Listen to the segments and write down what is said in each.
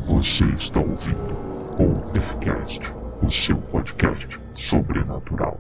Você está ouvindo Poltercast, o seu podcast sobrenatural.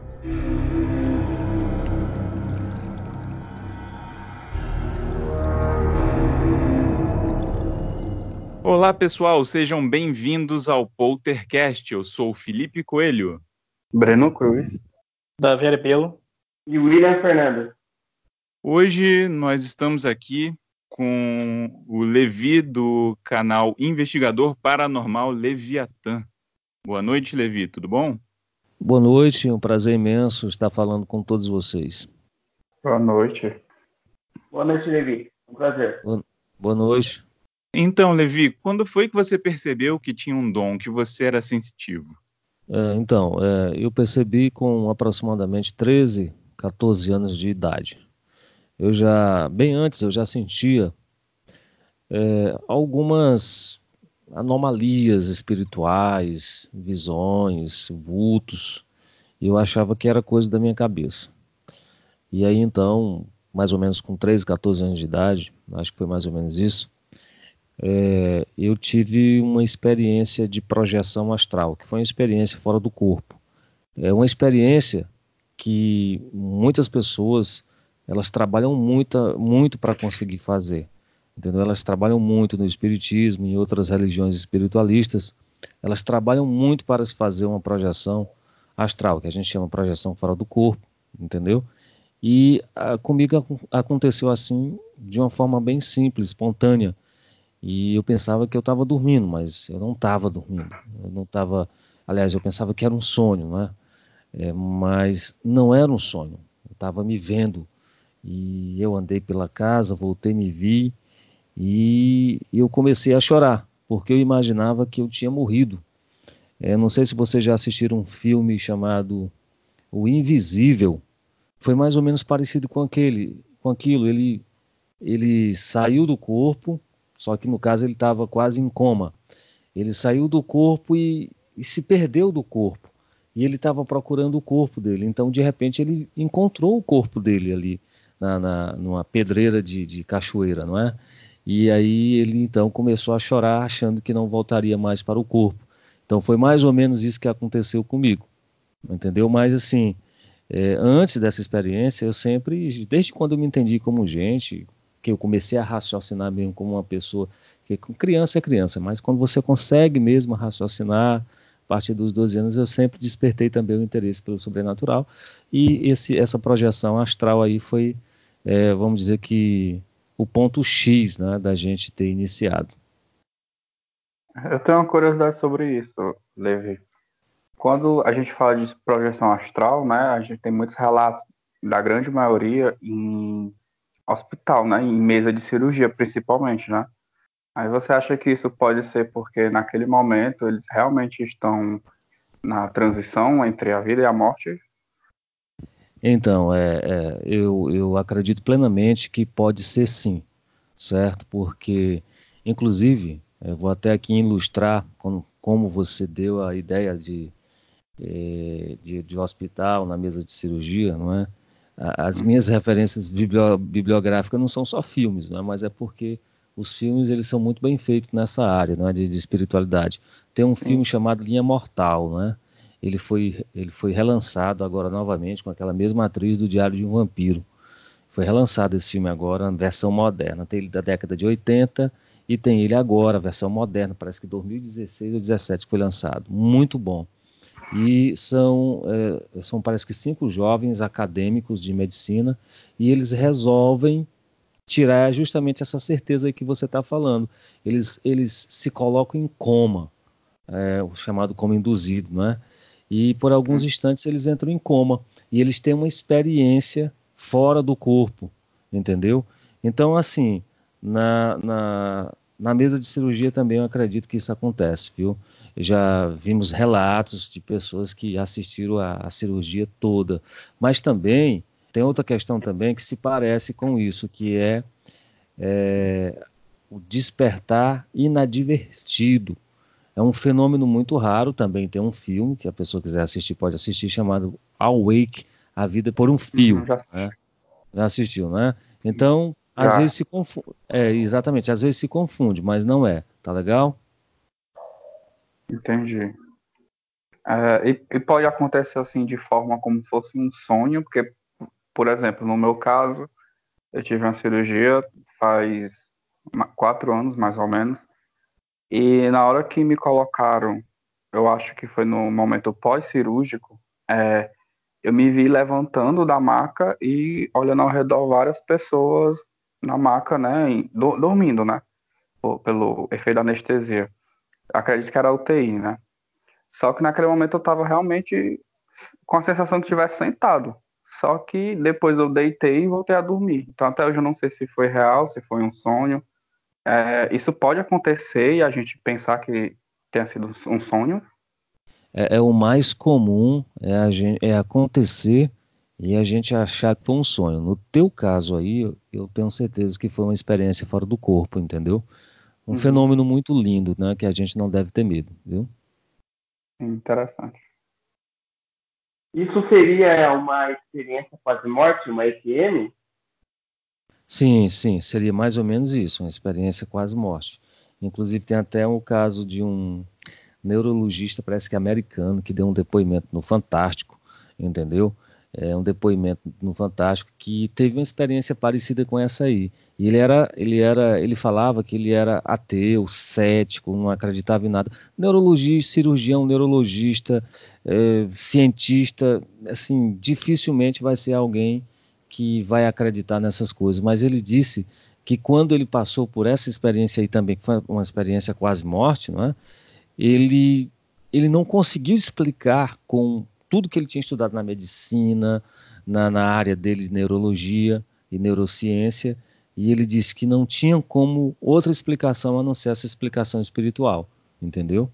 Olá pessoal, sejam bem-vindos ao Poltercast. Eu sou o Felipe Coelho, Breno Cruz, Davi Arpelo e William Fernando. Hoje nós estamos aqui com o Levi do canal Investigador Paranormal Leviatã. Boa noite, Levi, tudo bom? Boa noite, é um prazer imenso estar falando com todos vocês. boa noite. Boa noite, Levi. Um prazer. Boa noite. Então, Levi, quando foi que você percebeu que tinha um dom, que você era sensitivo? Eu percebi com aproximadamente 13, 14 anos de idade. Bem antes, eu já sentia algumas anomalias espirituais, visões, vultos, e eu achava que era coisa da minha cabeça. E aí então, mais ou menos com 13, 14 anos de idade, acho que foi mais ou menos isso, eu tive uma experiência de projeção astral, que foi uma experiência fora do corpo. É uma experiência que muitas pessoas elas trabalham muito para conseguir fazer. Entendeu? Elas trabalham muito no espiritismo e em outras religiões espiritualistas. Elas trabalham muito para se fazer uma projeção astral, que a gente chama projeção fora do corpo, entendeu? E comigo aconteceu assim, de uma forma bem simples, espontânea. E eu pensava que eu estava dormindo, mas eu não estava dormindo. Eu não estava. Aliás, eu pensava que era um sonho, né? Mas não era um sonho. Eu estava me vendo. E eu andei pela casa, voltei, me vi. E eu comecei a chorar, porque eu imaginava que eu tinha morrido. Não sei se vocês já assistiram um filme chamado O Invisível. Foi mais ou menos parecido com aquilo. Ele saiu do corpo. Só que no caso ele estava quase em coma. Ele saiu do corpo e se perdeu do corpo. E ele estava procurando o corpo dele. Então, de repente, ele encontrou o corpo dele ali, numa pedreira de cachoeira, não é? E aí ele então começou a chorar, achando que não voltaria mais para o corpo. Então foi mais ou menos isso que aconteceu comigo. Entendeu? Mas assim, antes dessa experiência, eu sempre, desde quando eu me entendi como gente, que eu comecei a raciocinar mesmo como uma pessoa, que criança é criança, mas quando você consegue mesmo raciocinar, a partir dos 12 anos, eu sempre despertei também o interesse pelo sobrenatural, e essa projeção astral aí foi, vamos dizer que, o ponto X, né, da gente ter iniciado. Eu tenho uma curiosidade sobre isso, Levi. Quando a gente fala de projeção astral, né, a gente tem muitos relatos, da grande maioria, em hospital, né, em mesa de cirurgia, principalmente, né? Aí você acha que isso pode ser porque naquele momento eles realmente estão na transição entre a vida e a morte? Então, eu acredito plenamente que pode ser sim, certo? Porque, inclusive, eu vou até aqui ilustrar como você deu a ideia de hospital na mesa de cirurgia, não é? As minhas referências bibliográficas não são só filmes, não é? Mas é porque os filmes eles são muito bem feitos nessa área, não é? de espiritualidade. Tem um filme chamado Linha Mortal, não é? Ele foi relançado agora novamente com aquela mesma atriz do Diário de um Vampiro. Foi relançado esse filme agora, na versão moderna. Tem ele da década de 80 e tem ele agora, a versão moderna, parece que 2016 ou 2017 foi lançado. Muito bom. E são parece que 5 jovens acadêmicos de medicina e eles resolvem tirar justamente essa certeza aí que você está falando. Eles se colocam em coma, o chamado coma induzido, não é? E por alguns instantes eles entram em coma e eles têm uma experiência fora do corpo, entendeu? Então, assim, na mesa de cirurgia também eu acredito que isso acontece, viu? Já vimos relatos de pessoas que assistiram a cirurgia toda, mas também tem outra questão também que se parece com isso, que é o despertar inadvertido. É um fenômeno muito raro, também tem um filme que a pessoa quiser assistir, pode assistir, chamado Awake, A Vida por um Fio. Né? Já assistiu, né? Então, às vezes se confunde. Exatamente, às vezes se confunde, mas não é. Tá legal? Entendi. E pode acontecer assim de forma como se fosse um sonho, porque, por exemplo, no meu caso, eu tive uma cirurgia faz 4 anos, mais ou menos, e na hora que me colocaram, eu acho que foi no momento pós-cirúrgico, eu me vi levantando da maca e olhando ao redor várias pessoas na maca, né, dormindo, né, pelo efeito da anestesia. Acredito que era UTI, né? Só que naquele momento eu estava realmente com a sensação de estivesse sentado. Só que depois eu deitei e voltei a dormir. Então até hoje eu não sei se foi real, se foi um sonho. Isso pode acontecer e a gente pensar que tenha sido um sonho. É o mais comum é acontecer e a gente achar que foi um sonho. No teu caso aí, eu tenho certeza que foi uma experiência fora do corpo, entendeu? Um Uhum. fenômeno muito lindo, né? Que a gente não deve ter medo, viu? Interessante. Isso seria uma experiência quase morte, uma EQM? Sim, sim, seria mais ou menos isso, uma experiência quase morte. Inclusive tem até um caso de um neurologista, parece que americano, que deu um depoimento no Fantástico, entendeu? Um depoimento no Fantástico que teve uma experiência parecida com essa aí. E ele falava que ele era ateu, cético, não acreditava em nada. Neurologista, cirurgião, neurologista, cientista, assim, dificilmente vai ser alguém que vai acreditar nessas coisas. Mas ele disse que quando ele passou por essa experiência aí também, que foi uma experiência quase morte, não é? ele, ele não conseguiu explicar com tudo que ele tinha estudado na medicina, na área dele de neurologia e neurociência, e ele disse que não tinha como outra explicação a não ser essa explicação espiritual, entendeu?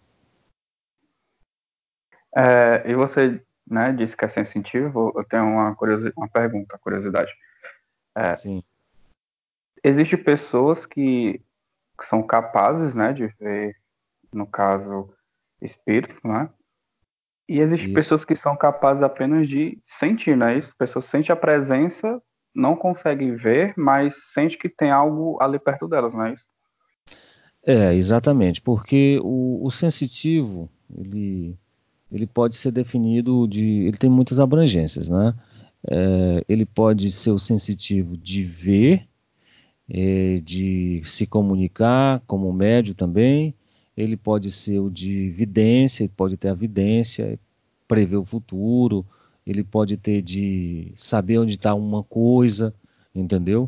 E você, né, disse que é sensitivo. Eu tenho uma pergunta, curiosidade. É, Sim, Existem pessoas que são capazes, né, de ver, no caso, espíritos, né? E existem isso. pessoas que são capazes apenas de sentir, não é isso? Pessoas sentem a presença, não conseguem ver, mas sente que tem algo ali perto delas, não é isso? Exatamente, porque o sensitivo, ele pode ser definido ele tem muitas abrangências, né? Ele pode ser o sensitivo de ver, de se comunicar como médio também. Ele pode ser o de vidência, ele pode ter a vidência, prever o futuro, ele pode ter de saber onde está uma coisa, entendeu?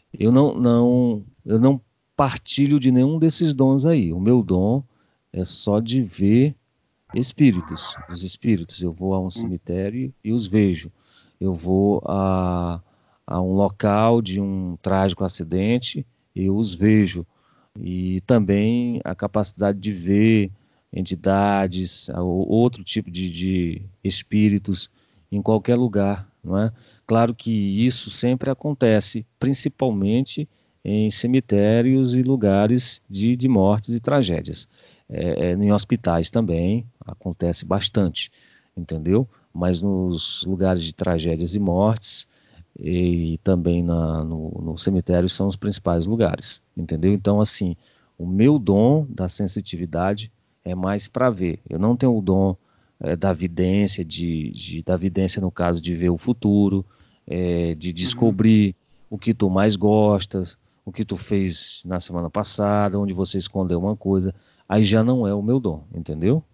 Eu não partilho de nenhum desses dons aí. O meu dom é só de ver espíritos, os espíritos. Eu vou a um Hum. cemitério e os vejo. Eu vou a um local de um trágico acidente e os vejo. E também a capacidade de ver entidades, outro tipo de espíritos em qualquer lugar, não é? Claro que isso sempre acontece, principalmente em cemitérios e lugares de mortes e tragédias. Em hospitais também acontece bastante, entendeu? Mas nos lugares de tragédias e mortes e também no cemitério são os principais lugares, entendeu? Então, assim, o meu dom da sensitividade é mais para ver. Eu não tenho o dom da vidência, da vidência no caso de ver o futuro, de Uhum. descobrir o que tu mais gostas, o que tu fez na semana passada, onde você escondeu uma coisa. Aí já não é o meu dom, entendeu?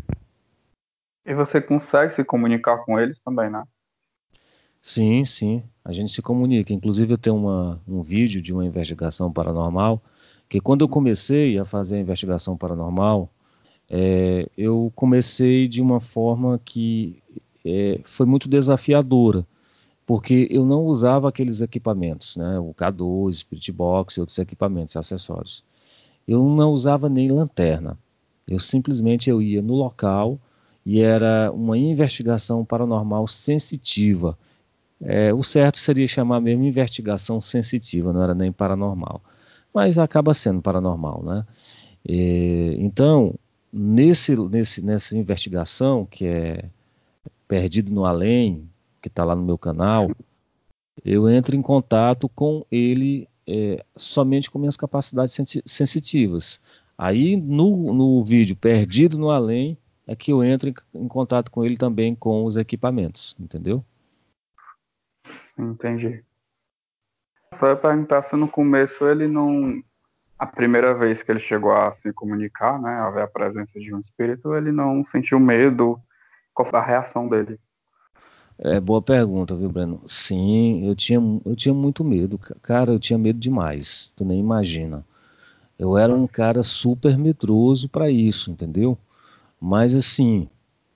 E você consegue se comunicar com eles também, né? Sim, sim, a gente se comunica. Inclusive, eu tenho um vídeo de uma investigação paranormal, que quando eu comecei a fazer a investigação paranormal, eu comecei de uma forma que foi muito desafiadora, porque eu não usava aqueles equipamentos, né? O K2, Spirit Box e outros equipamentos, acessórios. Eu não usava nem lanterna. Eu simplesmente ia no local e era uma investigação paranormal sensitiva. O certo seria chamar mesmo investigação sensitiva, não era nem paranormal. Mas acaba sendo paranormal, né? Então, nessa investigação, que é Perdido no Além, que está lá no meu canal, eu entro em contato com ele somente com minhas capacidades sensitivas. Aí no vídeo Perdido no Além é que eu entro em contato com ele também com os equipamentos, entendeu? Entendi. Só ia perguntar se no começo ele não. A primeira vez que ele chegou a se comunicar, né, a ver a presença de um espírito, ele não sentiu medo. Qual foi a reação dele? É boa pergunta, viu, Breno? Sim, eu tinha muito medo, cara, eu tinha medo demais, tu nem imagina. Eu era um cara super medroso para isso, entendeu? Mas assim,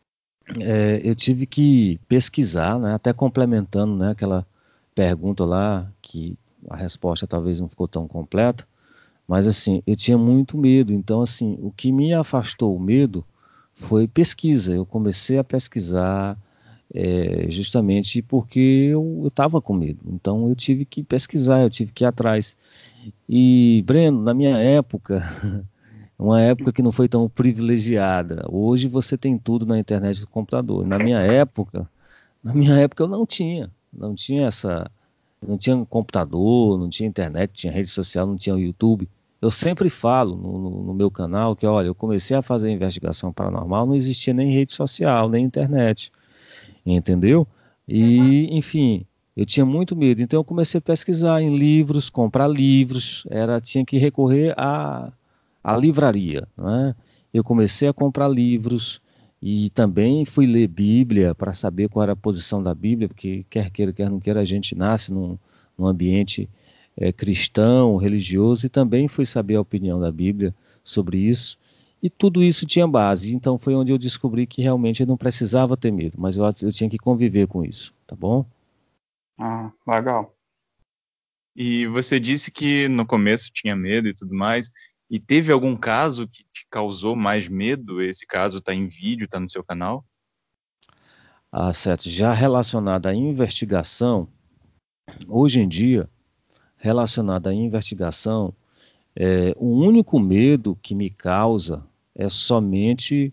eu tive que pesquisar, né, até complementando, né, aquela pergunta lá, que a resposta talvez não ficou tão completa, mas assim, eu tinha muito medo, então assim, o que me afastou o medo foi pesquisa. Eu comecei a pesquisar justamente porque eu estava com medo, então eu tive que pesquisar, eu tive que ir atrás. E, Breno, na minha época, uma época que não foi tão privilegiada. Hoje você tem tudo na internet e no computador. Na minha época eu não tinha não tinha computador, não tinha internet, não tinha rede social, não tinha YouTube. Eu sempre falo no meu canal que, olha, eu comecei a fazer investigação paranormal, não existia nem rede social, nem internet, entendeu? E, enfim, eu tinha muito medo, então eu comecei a pesquisar em livros, comprar livros, tinha que recorrer à livraria, né? Eu comecei a comprar livros e também fui ler Bíblia para saber qual era a posição da Bíblia, porque quer queira, quer não queira, a gente nasce num ambiente cristão, religioso, e também fui saber a opinião da Bíblia sobre isso. E tudo isso tinha base, então foi onde eu descobri que realmente eu não precisava ter medo, mas eu tinha que conviver com isso, tá bom? Ah, legal. E você disse que no começo tinha medo e tudo mais. E teve algum caso que te causou mais medo? Esse caso está em vídeo, está no seu canal? Ah, certo. Já relacionado à investigação, hoje em dia, relacionado à investigação, o único medo que me causa é somente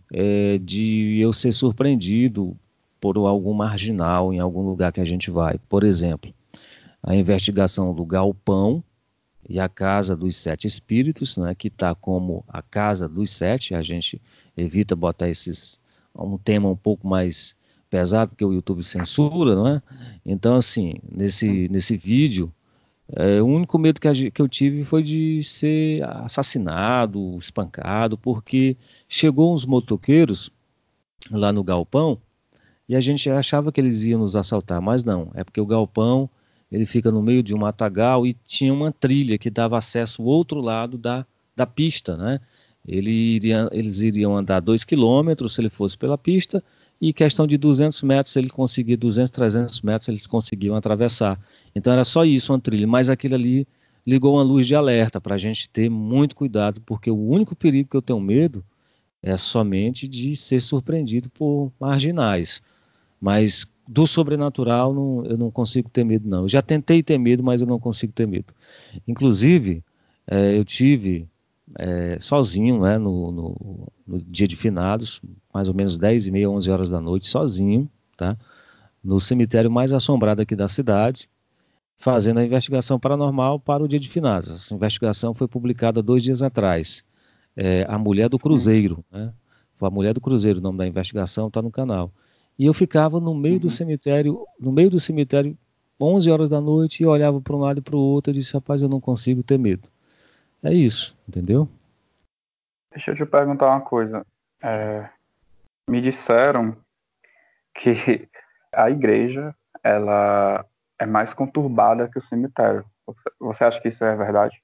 de eu ser surpreendido por algum marginal em algum lugar que a gente vai. Por exemplo, a investigação do galpão e a Casa dos Sete Espíritos, né, que está como a Casa dos Sete. A gente evita botar um tema um pouco mais pesado, porque o YouTube censura, não é? Então, assim, nesse vídeo, o único medo que eu tive foi de ser assassinado, espancado, porque chegou uns motoqueiros lá no galpão e a gente achava que eles iam nos assaltar, mas não, é porque o galpão ele fica no meio de um matagal e tinha uma trilha que dava acesso ao outro lado da pista, né? Eles iriam andar 2 quilômetros se ele fosse pela pista, e questão de 200 metros, ele conseguia 200, 300 metros, eles conseguiam atravessar. Então era só isso, uma trilha, mas aquilo ali ligou uma luz de alerta para a gente ter muito cuidado, porque o único perigo que eu tenho medo é somente de ser surpreendido por marginais. Mas do sobrenatural eu não consigo ter medo, não. Eu já tentei ter medo, mas eu não consigo ter medo. Inclusive, eu tive sozinho, né, no dia de finados, mais ou menos 10h30, 11 horas da noite, sozinho, tá? No cemitério mais assombrado aqui da cidade, fazendo a investigação paranormal para o dia de finados. Essa investigação foi publicada 2 dias atrás. A Mulher do Sim. Cruzeiro, né? Foi a Mulher do Cruzeiro, o nome da investigação, está no canal. E eu ficava Uhum. no meio do cemitério, 11 horas da noite, e olhava para um lado e para o outro, e disse, rapaz, eu não consigo ter medo. É isso, entendeu? Deixa eu te perguntar uma coisa. É, me disseram que a igreja ela é mais conturbada que o cemitério. Você acha que isso é verdade?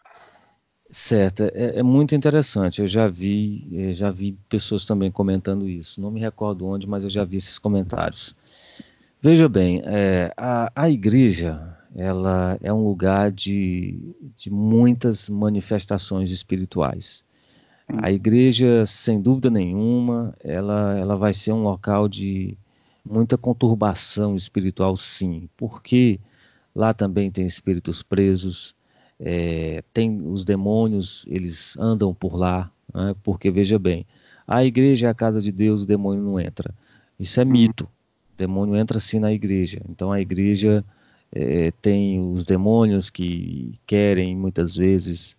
Certo, é muito interessante. Eu já vi pessoas também comentando isso. Não me recordo onde, mas eu já vi esses comentários. Veja bem, a igreja, ela é um lugar de muitas manifestações espirituais. Sim. A igreja, sem dúvida nenhuma, ela vai ser um local de muita conturbação espiritual, sim, porque lá também tem espíritos presos, tem os demônios, eles andam por lá, né? Porque veja bem, a igreja é a casa de Deus, o demônio não entra. Isso é Uhum. mito. O demônio entra sim na igreja. Então a igreja tem os demônios que querem muitas vezes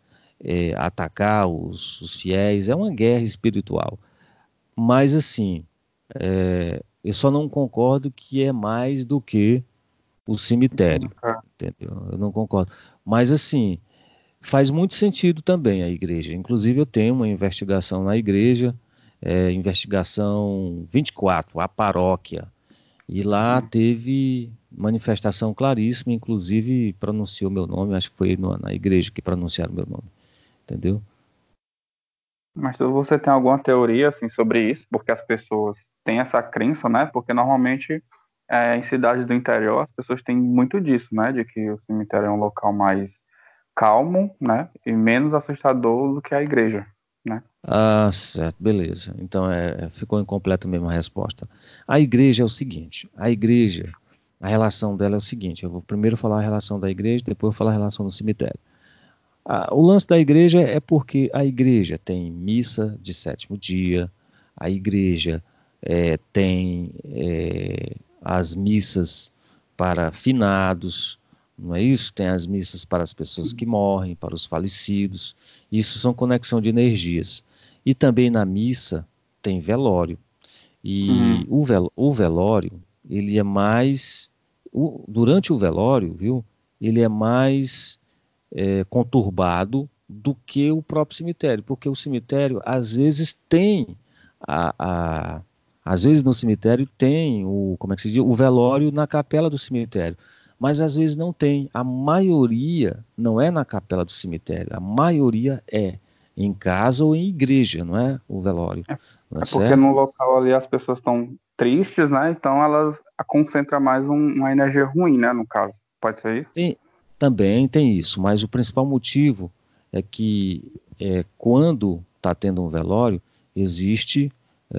atacar os fiéis, é uma guerra espiritual. Mas assim, eu só não concordo que é mais do que o cemitério, entendeu? Eu não concordo. Mas assim, faz muito sentido também a igreja. Inclusive eu tenho uma investigação na igreja, investigação 24, a paróquia. E lá teve manifestação claríssima, inclusive pronunciou meu nome, acho que foi na igreja que pronunciaram meu nome, entendeu? Mas você tem alguma teoria assim sobre isso? Porque as pessoas têm essa crença, né? Porque normalmente em cidades do interior as pessoas têm muito disso, né? De que o cemitério é um local mais calmo, né? E menos assustador do que a igreja, né? Ah, certo, beleza. Então ficou incompleta mesmo a resposta. A igreja é o seguinte, a relação dela é o seguinte, eu vou primeiro falar a relação da igreja, depois eu vou falar a relação do cemitério. O lance da igreja é porque a igreja tem missa de sétimo dia, a igreja tem as missas para finados, não é isso? Tem as missas para as pessoas que morrem, para os falecidos. Isso são conexão de energias. E também na missa tem velório. E o velório, ele é mais... durante o velório, viu? Ele é mais conturbado do que o próprio cemitério, porque o cemitério às vezes tem às vezes no cemitério tem como é que se diz, o velório na capela do cemitério, mas às vezes não tem. A maioria não é na capela do cemitério, a maioria é em casa ou em igreja, não é o velório, não é porque certo? no local ali as pessoas estão tristes, né? Então elas concentram mais uma energia ruim, né? No caso, pode ser isso? Também tem isso, mas o principal motivo é que quando está tendo um velório, existe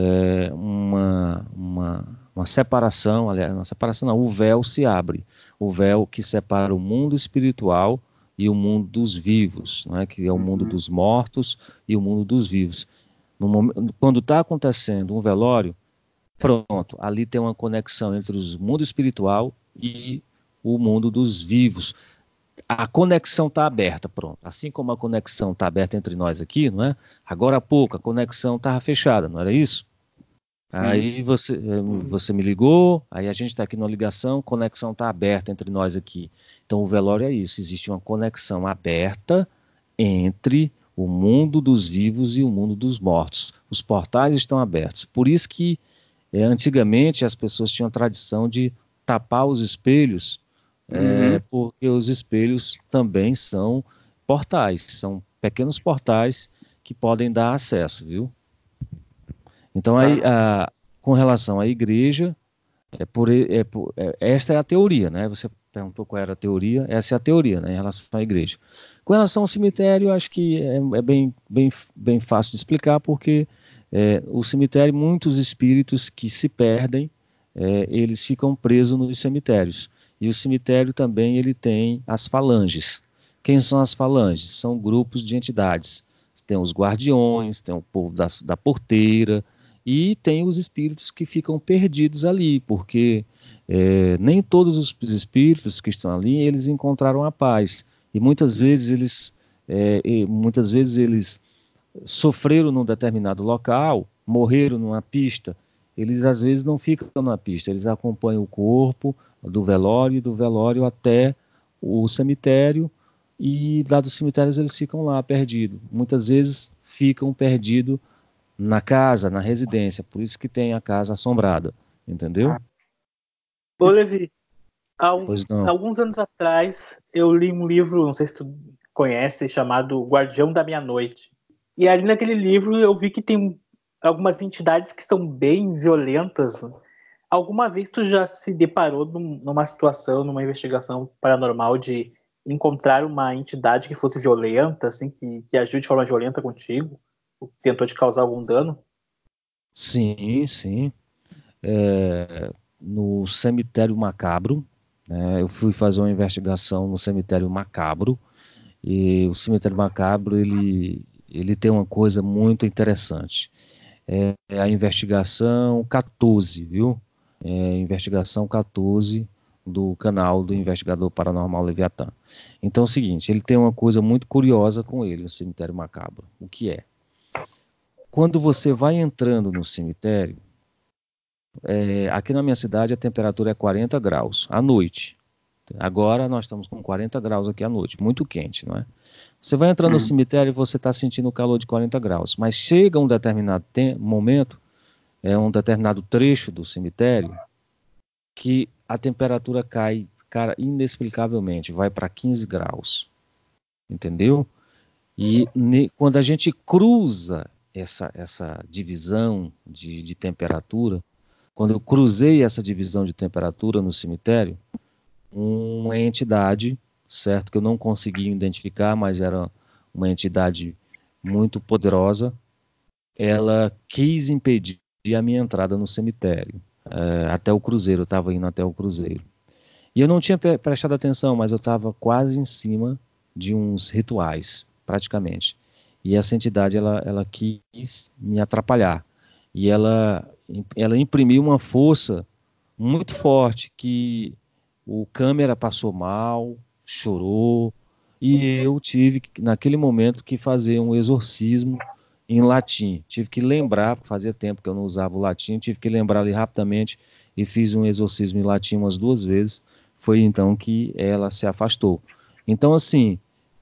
uma separação, aliás, uma separação não, o véu se abre, o véu que separa o mundo espiritual e o mundo dos vivos, não é? Que é o mundo dos mortos e o mundo dos vivos. Quando está acontecendo um velório, pronto, ali tem uma conexão entre o mundo espiritual e o mundo dos vivos. A conexão está aberta, pronto. Assim como a conexão está aberta entre nós aqui, não é? Agora há pouco a conexão estava fechada, não era isso? Aí você me ligou, aí a gente está aqui numa ligação, conexão está aberta entre nós aqui. Então o velório é isso, existe uma conexão aberta entre o mundo dos vivos e o mundo dos mortos. Os portais estão abertos. Por isso que antigamente as pessoas tinham a tradição de tapar os espelhos, porque os espelhos também são portais, são pequenos portais que podem dar acesso, viu? Então, aí, com relação à igreja, esta é a teoria, né? Você perguntou qual era a teoria, essa é a teoria, né, em relação à igreja. Com relação ao cemitério, acho que é bem fácil de explicar, porque o cemitério, muitos espíritos que se perdem, eles ficam presos nos cemitérios. E o cemitério também ele tem as falanges. Quem são as falanges? São grupos de entidades. Tem os guardiões, tem o povo da porteira, e tem os espíritos que ficam perdidos ali, porque nem todos os espíritos que estão ali, eles encontraram a paz. E muitas vezes eles sofreram num determinado local, morreram numa pista, eles às vezes não ficam na pista, eles acompanham o corpo do velório até o cemitério, e lá dos cemitérios eles ficam lá perdidos. Muitas vezes ficam perdidos na casa, na residência, por isso que tem a casa assombrada, entendeu? Ô, Levi, Pois não. alguns anos atrás eu li um livro, não sei se tu conhece, chamado Guardião da Meia-Noite. E ali naquele livro eu vi que tem algumas entidades que são bem violentas. Alguma vez tu já se deparou numa situação, numa investigação paranormal de encontrar uma entidade que fosse violenta, assim, que agiu de forma violenta contigo, ou que tentou te causar algum dano? Sim, sim. No cemitério macabro, né, eu fui fazer uma investigação no cemitério macabro, e o cemitério macabro ele tem uma coisa muito interessante. É a investigação 14, viu? Investigação 14 do canal do Investigador Paranormal Leviatã. Então é o seguinte, ele tem uma coisa muito curiosa com ele, o cemitério macabro. O que é? Quando você vai entrando no cemitério, aqui na minha cidade a temperatura é 40 graus à noite. Agora nós estamos com 40 graus aqui à noite, muito quente, não é? Você vai entrando no cemitério e você está sentindo o calor de 40 graus, mas chega um determinado momento, um determinado trecho do cemitério, que a temperatura cai, cara, inexplicavelmente, vai para 15 graus, entendeu? E quando a gente cruza essa divisão de temperatura, quando eu cruzei essa divisão de temperatura no cemitério, uma entidade, certo, que eu não consegui identificar, mas era uma entidade muito poderosa, ela quis impedir a minha entrada no cemitério, até o cruzeiro, eu estava indo até o cruzeiro. E eu não tinha prestado atenção, mas eu estava quase em cima de uns rituais, praticamente. E essa entidade, ela quis me atrapalhar. E ela imprimiu uma força muito forte, que o câmera passou mal, chorou, e eu tive, naquele momento, que fazer um exorcismo em latim. Tive que lembrar, fazia tempo que eu não usava o latim, tive que lembrar ali rapidamente e fiz um exorcismo em latim umas 2 vezes. Foi então que ela se afastou. Então, assim,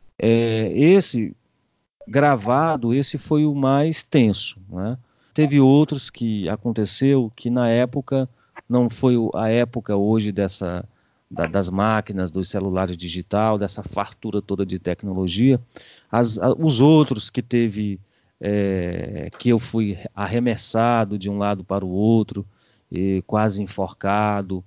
esse gravado, esse foi o mais tenso, né? Teve outros que aconteceu que na época não foi a época hoje das máquinas, dos celulares digital, dessa fartura toda de tecnologia. Os outros que teve, que eu fui arremessado de um lado para o outro, quase enforcado,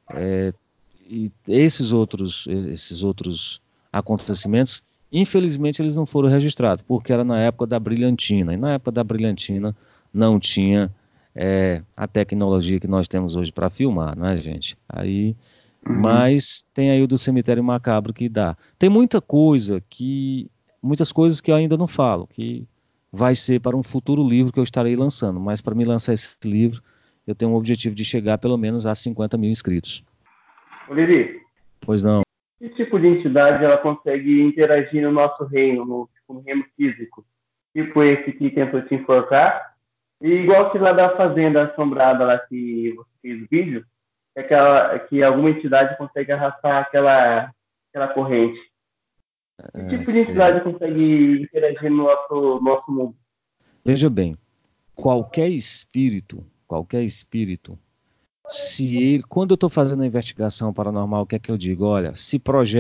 e esses outros acontecimentos, infelizmente, eles não foram registrados, porque era na época da brilhantina, e na época da brilhantina não tinha a tecnologia que nós temos hoje para filmar, não é, gente? Aí, mas tem aí o do cemitério macabro que dá. Tem muitas coisas que eu ainda não falo, que vai ser para um futuro livro que eu estarei lançando, mas para me lançar esse livro, eu tenho um objetivo de chegar pelo menos a 50 mil inscritos. Olivier, Pois não. que tipo de entidade ela consegue interagir no nosso reino, no reino físico? Tipo esse que tentou te enforcar? E igual que lá da Fazenda Assombrada, lá que você fez o vídeo, que alguma entidade consegue arrastar aquela corrente. Que tipo de entidade consegue interagir no nosso mundo? Veja bem, qualquer espírito, quando eu estou fazendo a investigação paranormal, o que é que eu digo? Olha, se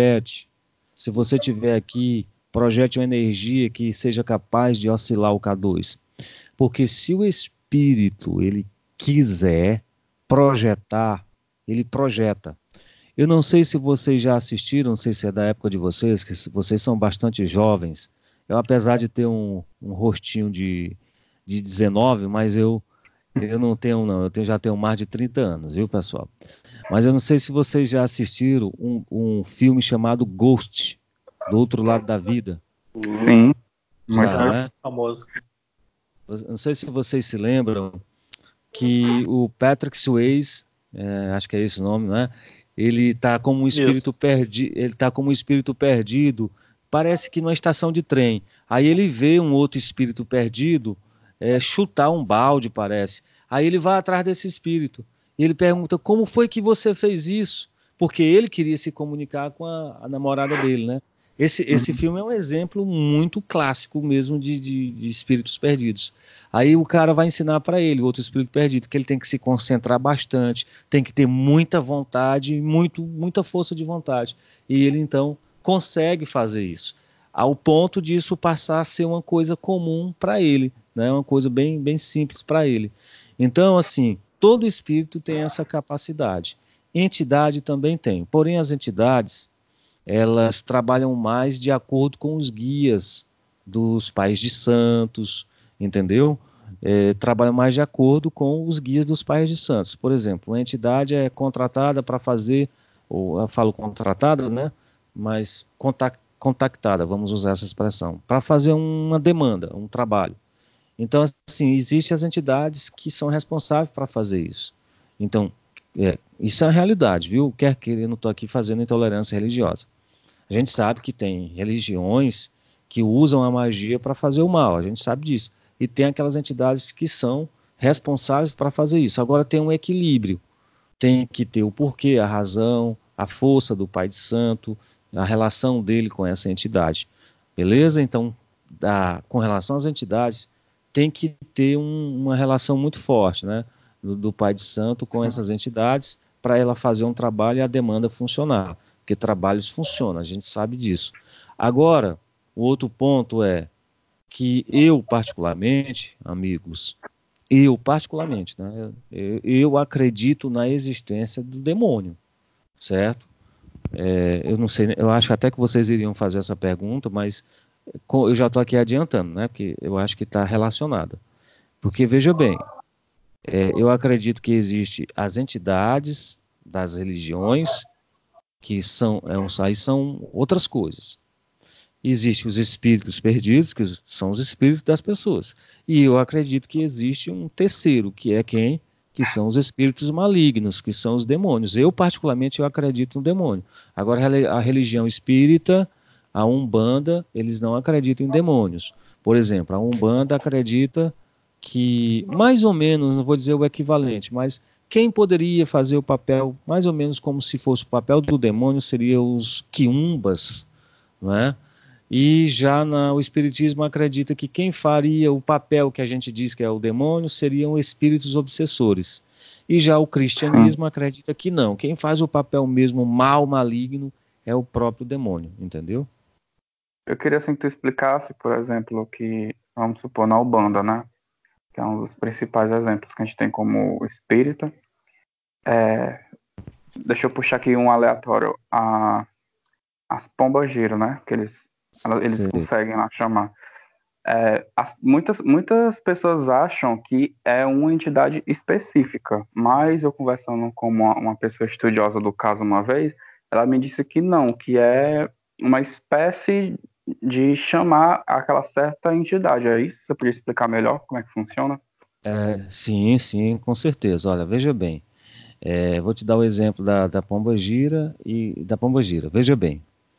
você tiver aqui, projete uma energia que seja capaz de oscilar o K2. Porque se o espírito, ele quiser projetar, ele projeta. Eu não sei se vocês já assistiram, não sei se é da época de vocês, que vocês são bastante jovens. Eu, apesar de ter um rostinho de 19, mas eu não tenho, não. Já tenho mais de 30 anos, viu, pessoal? Mas eu não sei se vocês já assistiram um filme chamado Ghost, Do Outro Lado da Vida. Sim, Já, não é? Famoso. Não sei se vocês se lembram que o Patrick Swayze, acho que é esse o nome, né? Ele está como um espírito perdido. Ele está como um espírito perdido. Parece que numa estação de trem. Aí ele vê um outro espírito perdido chutar um balde, parece. Aí ele vai atrás desse espírito. E ele pergunta: como foi que você fez isso? Porque ele queria se comunicar com a namorada dele, né? Esse filme é um exemplo muito clássico mesmo de espíritos perdidos. Aí o cara vai ensinar para ele, o outro espírito perdido, que ele tem que se concentrar bastante, tem que ter muita vontade, muita força de vontade. E ele então consegue fazer isso, ao ponto disso passar a ser uma coisa comum para ele, né? Uma coisa bem, bem simples para ele. Então, assim, todo espírito tem essa capacidade. Entidade também tem, porém as entidades, elas trabalham mais de acordo com os guias dos pais de santos, entendeu? Trabalham mais de acordo com os guias dos pais de santos. Por exemplo, uma entidade é contratada para fazer, ou eu falo contratada, né? Mas contactada, vamos usar essa expressão, para fazer uma demanda, um trabalho. Então, assim, existem as entidades que são responsáveis para fazer isso. Então, Isso é uma realidade, viu? Quer que eu não estou aqui fazendo intolerância religiosa. A gente sabe que tem religiões que usam a magia para fazer o mal, a gente sabe disso. E tem aquelas entidades que são responsáveis para fazer isso. Agora tem um equilíbrio. Tem que ter o porquê, a razão, a força do Pai de Santo, a relação dele com essa entidade. Beleza? Então, com relação às entidades, tem que ter uma relação muito forte, né? Do Pai de Santo com essas entidades, para ela fazer um trabalho e a demanda funcionar. Porque trabalhos funcionam, a gente sabe disso. Agora, o outro ponto é que eu, particularmente, amigos, né, eu acredito na existência do demônio, certo? Eu não sei, eu acho até que vocês iriam fazer essa pergunta, mas eu já estou aqui adiantando, né? Porque eu acho que está relacionada. Porque veja bem, eu acredito que existe as entidades das religiões que aí são outras coisas. Existem os espíritos perdidos, que são os espíritos das pessoas. E eu acredito que existe um terceiro, que é quem? Que são os espíritos malignos, que são os demônios. Eu, particularmente, eu acredito no demônio. Agora, a religião espírita, a Umbanda, eles não acreditam em demônios. Por exemplo, a Umbanda acredita que, mais ou menos, não vou dizer o equivalente, mas quem poderia fazer o papel, mais ou menos como se fosse o papel do demônio, seria os quiumbas, não é? E já o Espiritismo acredita que quem faria o papel que a gente diz que é o demônio seriam espíritos obsessores. E já o cristianismo acredita que não. Quem faz o papel mesmo maligno é o próprio demônio, entendeu? Eu queria assim que tu explicasse, por exemplo, que, vamos supor, na Umbanda, né? Que é um dos principais exemplos que a gente tem como espírita. Deixa eu puxar aqui um aleatório. As pombas-gira, né? Que eles Sei. conseguem lá chamar. Muitas pessoas acham que é uma entidade específica, mas eu conversando com uma pessoa estudiosa do caso uma vez, ela me disse que não, que é uma espécie de chamar aquela certa entidade. É isso? Você podia explicar melhor como é que funciona? Sim, com certeza. Olha, veja bem. Vou te dar o exemplo da pomba-gira e da pomba-gira. Veja bem.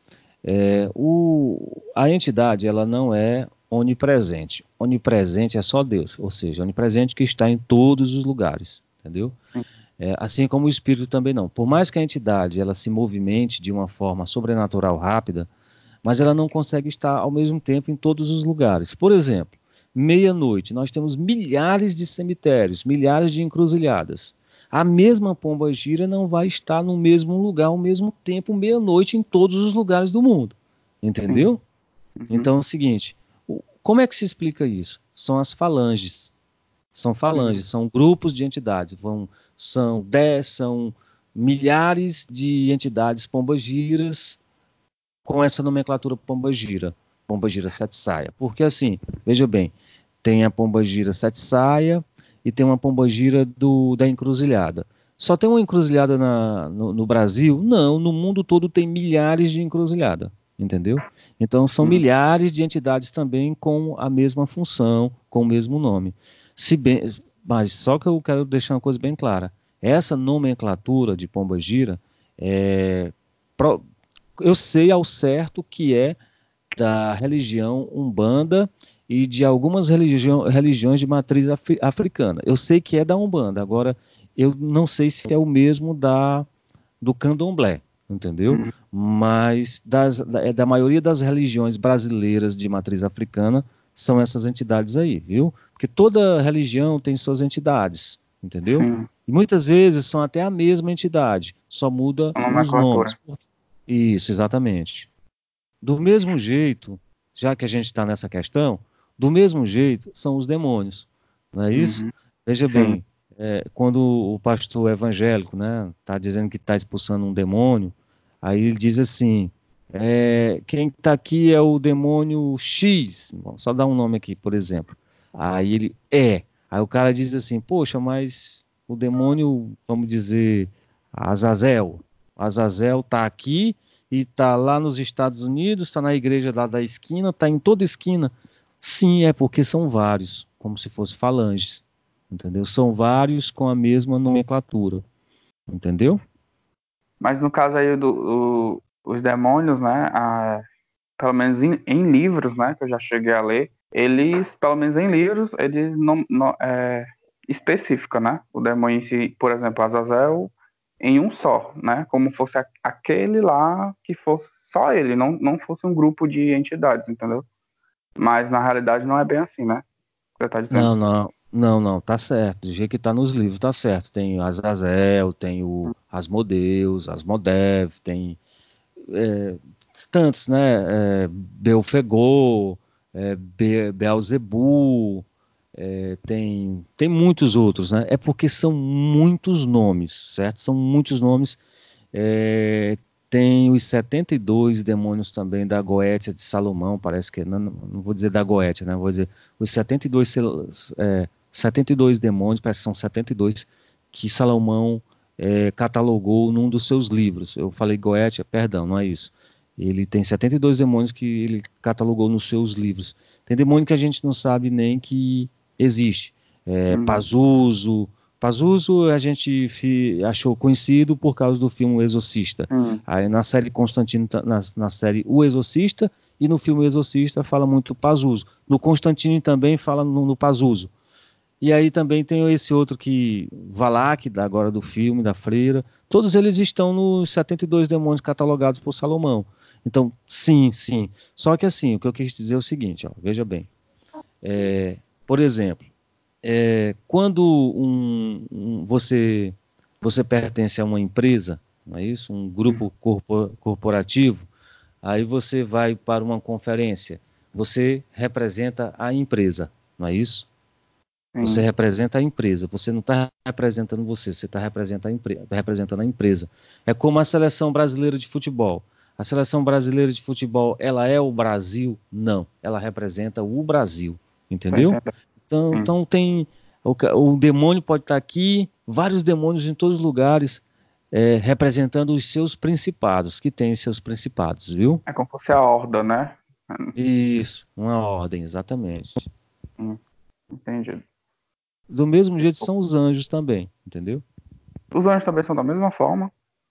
A entidade ela não é onipresente. Onipresente é só Deus, ou seja, onipresente que está em todos os lugares, entendeu? Sim. Assim como o espírito também não. Por mais que a entidade ela se movimente de uma forma sobrenatural rápida, mas ela não consegue estar ao mesmo tempo em todos os lugares. Por exemplo, meia-noite, nós temos milhares de cemitérios, milhares de encruzilhadas. A mesma pomba-gira não vai estar no mesmo lugar ao mesmo tempo, meia-noite, em todos os lugares do mundo. Entendeu? Uhum. Então é o seguinte, como é que se explica isso? São as falanges. São falanges, são grupos de entidades. São milhares de entidades pombagiras com essa nomenclatura pomba-gira sete saia. Porque assim, veja bem, tem a pomba-gira sete saia e tem uma pomba-gira da encruzilhada. Só tem uma encruzilhada no Brasil? Não, no mundo todo tem milhares de encruzilhada, entendeu? Então são milhares de entidades também com a mesma função, com o mesmo nome. Mas só que eu quero deixar uma coisa bem clara. Essa nomenclatura de pomba-gira eu sei ao certo que é da religião Umbanda e de algumas religiões de matriz africana. Eu sei que é da Umbanda, agora eu não sei se é o mesmo do Candomblé, entendeu? Mas da maioria das religiões brasileiras de matriz africana são essas entidades aí, viu? Porque toda religião tem suas entidades, entendeu? Sim. E muitas vezes são até a mesma entidade, só muda A os nomes. nomenclatura. Isso, exatamente. Do mesmo jeito, já que a gente está nessa questão, do mesmo jeito são os demônios, não é isso? Uhum. Veja Sim. bem, quando o pastor evangélico, né, está dizendo que está expulsando um demônio, aí ele diz assim, quem está aqui é o demônio X, vamos só dar um nome aqui, por exemplo. Aí ele aí o cara diz assim, poxa, mas o demônio, vamos dizer, Azazel está aqui e está lá nos Estados Unidos, está na igreja lá da esquina, está em toda esquina. Sim, é porque são vários, como se fossem falanges, entendeu? São vários com a mesma nomenclatura. Entendeu? Mas no caso aí os demônios, né? Pelo menos em livros, né? Que eu já cheguei a ler, eles, pelo menos em livros, eles não especifica, né? O demônio em si, por exemplo, Azazel em um só, né? Como fosse aquele lá que fosse só ele, não fosse um grupo de entidades, entendeu? Mas na realidade não é bem assim, né? Você tá dizendo. Não, tá certo. Do jeito que tá nos livros, tá certo. Tem o Azazel, tem o Asmodeus, Asmodev, tem é, tantos, né? Belfegor, Beelzebul, tem muitos outros, né? É porque são muitos nomes, certo? São muitos nomes. É, tem os 72 demônios também da Goétia de Salomão, parece que, não vou dizer da Goétia, né? Vou dizer os 72 demônios, parece que são 72 que Salomão catalogou num dos seus livros. Eu falei Goétia, perdão, não é isso. Ele tem 72 demônios que ele catalogou nos seus livros. Tem demônio que a gente não sabe nem que existe. Pazuzu. Pazuzu a gente achou conhecido por causa do filme O Exorcista. Aí na série Constantino, na série O Exorcista e no filme O Exorcista fala muito Pazuzu. No Constantino também fala no Pazuzu. E aí também tem esse outro que Valak, agora do filme, da Freira. Todos eles estão nos 72 demônios catalogados por Salomão. Então, sim. Só que assim, o que eu quis dizer é o seguinte, ó, veja bem. Por exemplo, quando você pertence a uma empresa, não é isso? Um grupo corporativo, aí você vai para uma conferência, você representa a empresa, não é isso? Você representa a empresa, você não está representando você está representando a empresa. É como a seleção brasileira de futebol. A seleção brasileira de futebol, ela é o Brasil? Não, ela representa o Brasil, entendeu? Então tem o demônio pode estar aqui, vários demônios em todos os lugares, representando os seus principados, que têm seus principados, viu? É como se fosse a horda, né? Isso, uma ordem, exatamente. Entendi. Do mesmo jeito são os anjos também, entendeu? Os anjos também são da mesma forma.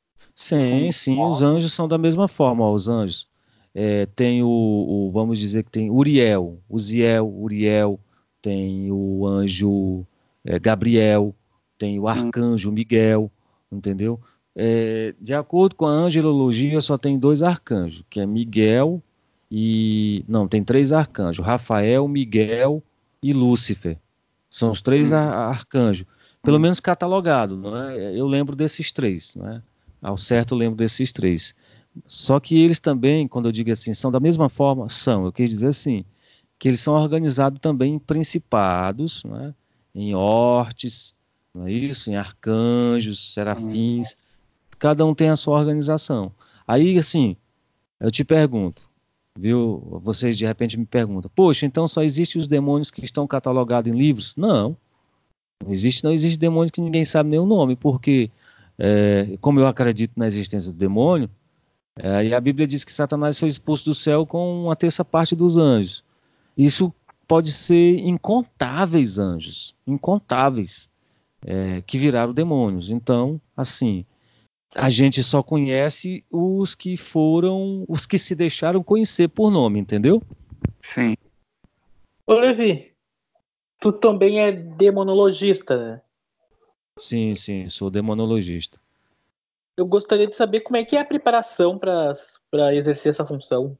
Sim, os anjos são da mesma forma, ó, os anjos. Tem vamos dizer que tem Uriel, Uziel, Uriel, tem o anjo Gabriel, tem o arcanjo Miguel, entendeu? De acordo com a angelologia, só tem 2 arcanjos, que é Miguel e... Não, tem 3 arcanjos, Rafael, Miguel e Lúcifer. São os 3 arcanjos, pelo menos catalogado, não é? Eu lembro desses 3, não é? Ao certo eu lembro desses 3. Só que eles também, quando eu digo assim, são da mesma forma, são. Eu quis dizer assim, que eles são organizados também em principados, né? Em hortes, não é isso? Em arcanjos, serafins. Cada um tem a sua organização. Aí, assim, eu te pergunto, viu? Vocês de repente me perguntam, poxa, então só existem os demônios que estão catalogados em livros? Não existe demônios que ninguém sabe nem o nome, porque, como eu acredito na existência do demônio, e a Bíblia diz que Satanás foi expulso do céu com uma terça parte dos anjos. Isso pode ser incontáveis anjos, incontáveis, que viraram demônios. Então, assim, a gente só conhece os que se deixaram conhecer por nome, entendeu? Sim. Ô, Levi, tu também é demonologista, né? Sim, sou demonologista. Eu gostaria de saber como é que é a preparação para exercer essa função.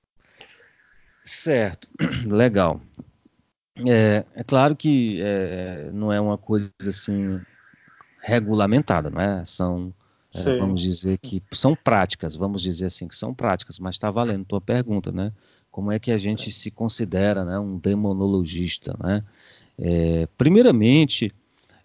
Certo, legal. É claro que não é uma coisa assim regulamentada, não é? Sim. Vamos dizer que são práticas, vamos dizer assim que são práticas, mas está valendo tua pergunta, né? Como é que a gente se considera, né, um demonologista, né? Primeiramente,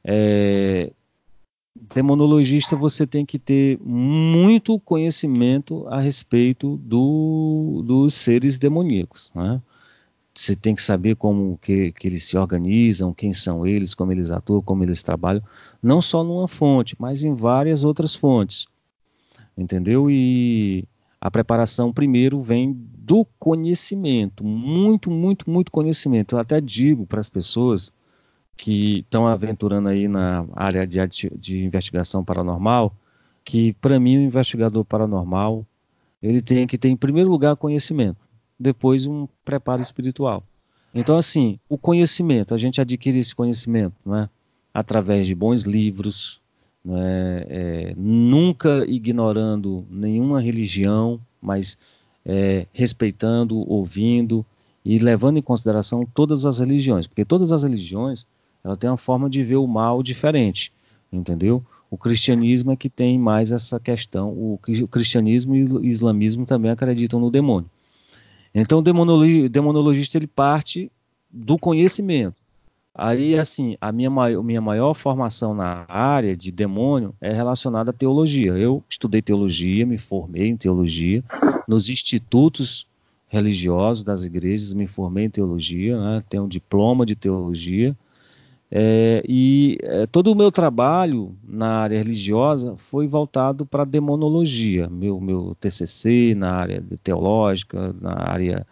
demonologista você tem que ter muito conhecimento a respeito dos seres demoníacos, né? Você tem que saber como que eles se organizam, quem são eles, como eles atuam, como eles trabalham, não só numa fonte, mas em várias outras fontes, entendeu? E a preparação primeiro vem do conhecimento, muito conhecimento. Eu até digo para as pessoas que estão aventurando aí na área de investigação paranormal, que para mim o investigador paranormal ele tem que ter em primeiro lugar conhecimento, depois um preparo espiritual. Então assim, o conhecimento, a gente adquire esse conhecimento, né, através de bons livros, né, nunca ignorando nenhuma religião, mas respeitando, ouvindo e levando em consideração todas as religiões, porque todas as religiões ela tem uma forma de ver o mal diferente, entendeu? O cristianismo é que tem mais essa questão, o cristianismo e o islamismo também acreditam no demônio. Então o demonologista ele parte do conhecimento. Aí, assim, a minha maior formação na área de demônio é relacionada à teologia. Eu estudei teologia, me formei em teologia, nos institutos religiosos das igrejas, me formei em teologia, né, tenho um diploma de teologia, todo o meu trabalho na área religiosa foi voltado para a demonologia, meu TCC na área teológica, na área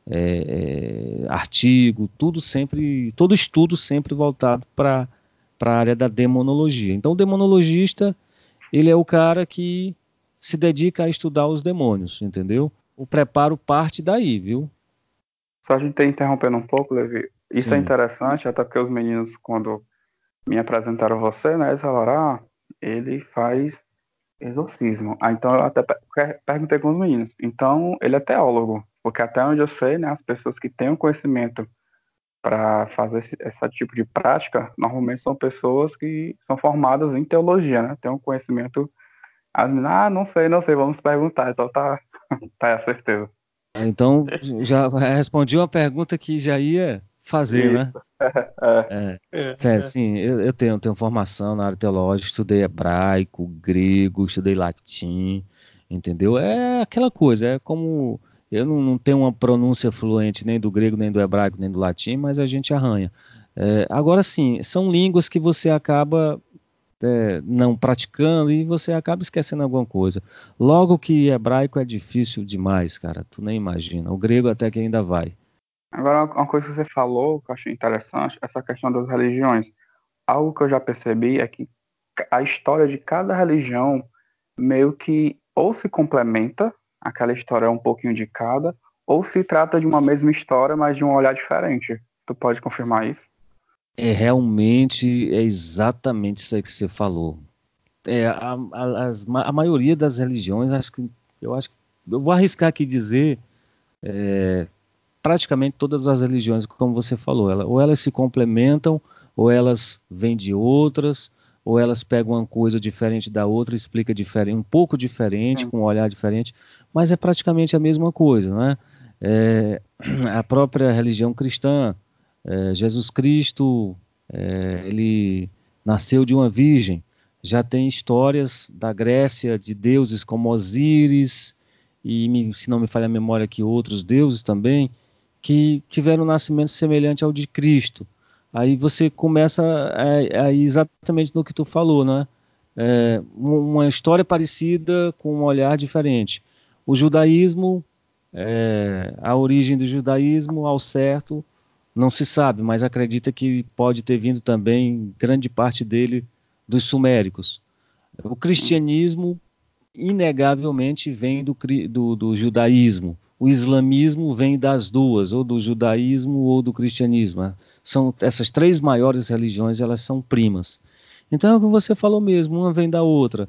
artigo, todo estudo sempre voltado para a área da demonologia. Então o demonologista, ele é o cara que se dedica a estudar os demônios, entendeu? O preparo parte daí, viu? Só a gente tá interrompendo um pouco, Levi. Isso é Sim. interessante, até porque os meninos, quando me apresentaram você, né, eles falaram, ele faz exorcismo. Então eu até perguntei com os meninos. Então ele é teólogo, porque até onde eu sei, né, as pessoas que têm o conhecimento para fazer esse tipo de prática, normalmente são pessoas que são formadas em teologia, né? Tem um conhecimento. As meninas, não sei, vamos perguntar. Então tá, tá, é a certeza. Então já respondi uma pergunta que já ia fazer, né? Isso. Sim, eu tenho formação na área teológica, estudei hebraico, grego, estudei latim, entendeu? É aquela coisa, é como eu não tenho uma pronúncia fluente nem do grego, nem do hebraico, nem do latim, mas a gente arranha. Agora sim, são línguas que você acaba não praticando e você acaba esquecendo alguma coisa. Logo que hebraico é difícil demais, cara, tu nem imagina. O grego até que ainda vai. Agora, uma coisa que você falou, que eu achei interessante, essa questão das religiões. Algo que eu já percebi é que a história de cada religião meio que ou se complementa, aquela história é um pouquinho de cada, ou se trata de uma mesma história, mas de um olhar diferente. Tu pode confirmar isso? Realmente é exatamente isso aí que você falou. A maioria das religiões, eu acho que eu vou arriscar aqui dizer, praticamente todas as religiões, como você falou, ou elas se complementam, ou elas vêm de outras, ou elas pegam uma coisa diferente da outra, explica diferente, um pouco diferente, Sim. com um olhar diferente, mas é praticamente a mesma coisa, né? A própria religião cristã, Jesus Cristo, ele nasceu de uma virgem. Já tem histórias da Grécia de deuses como Osíris e, se não me falha a memória, que outros deuses também que tiveram um nascimento semelhante ao de Cristo. Aí você começa a ir exatamente no que tu falou, né? Uma história parecida com um olhar diferente. O judaísmo, a origem do judaísmo, ao certo, não se sabe, mas acredita que pode ter vindo também grande parte dele dos suméricos. O cristianismo, inegavelmente, vem do judaísmo. O islamismo vem das duas, ou do judaísmo ou do cristianismo. São essas três maiores religiões, elas são primas. Então é o que você falou mesmo, uma vem da outra.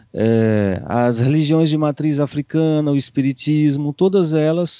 As religiões de matriz africana, o espiritismo, todas elas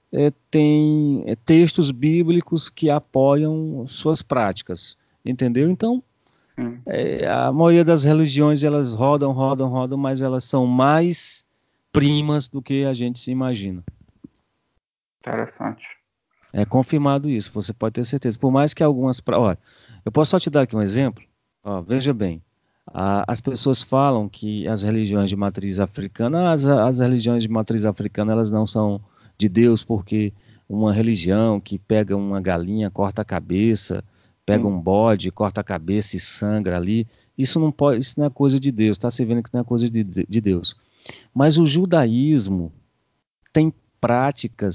têm textos bíblicos que apoiam suas práticas, entendeu? Então, Sim. a maioria das religiões elas rodam, mas elas são mais primas do que a gente se imagina. Interessante. É confirmado isso, você pode ter certeza. Por mais que algumas... Olha, eu posso só te dar aqui um exemplo? Veja bem, as pessoas falam que as religiões de matriz africana, as religiões de matriz africana, elas não são de Deus porque uma religião que pega uma galinha, corta a cabeça, pega um bode, corta a cabeça e sangra ali, isso não é coisa de Deus, está se vendo que não é coisa de Deus. Mas o judaísmo tem práticas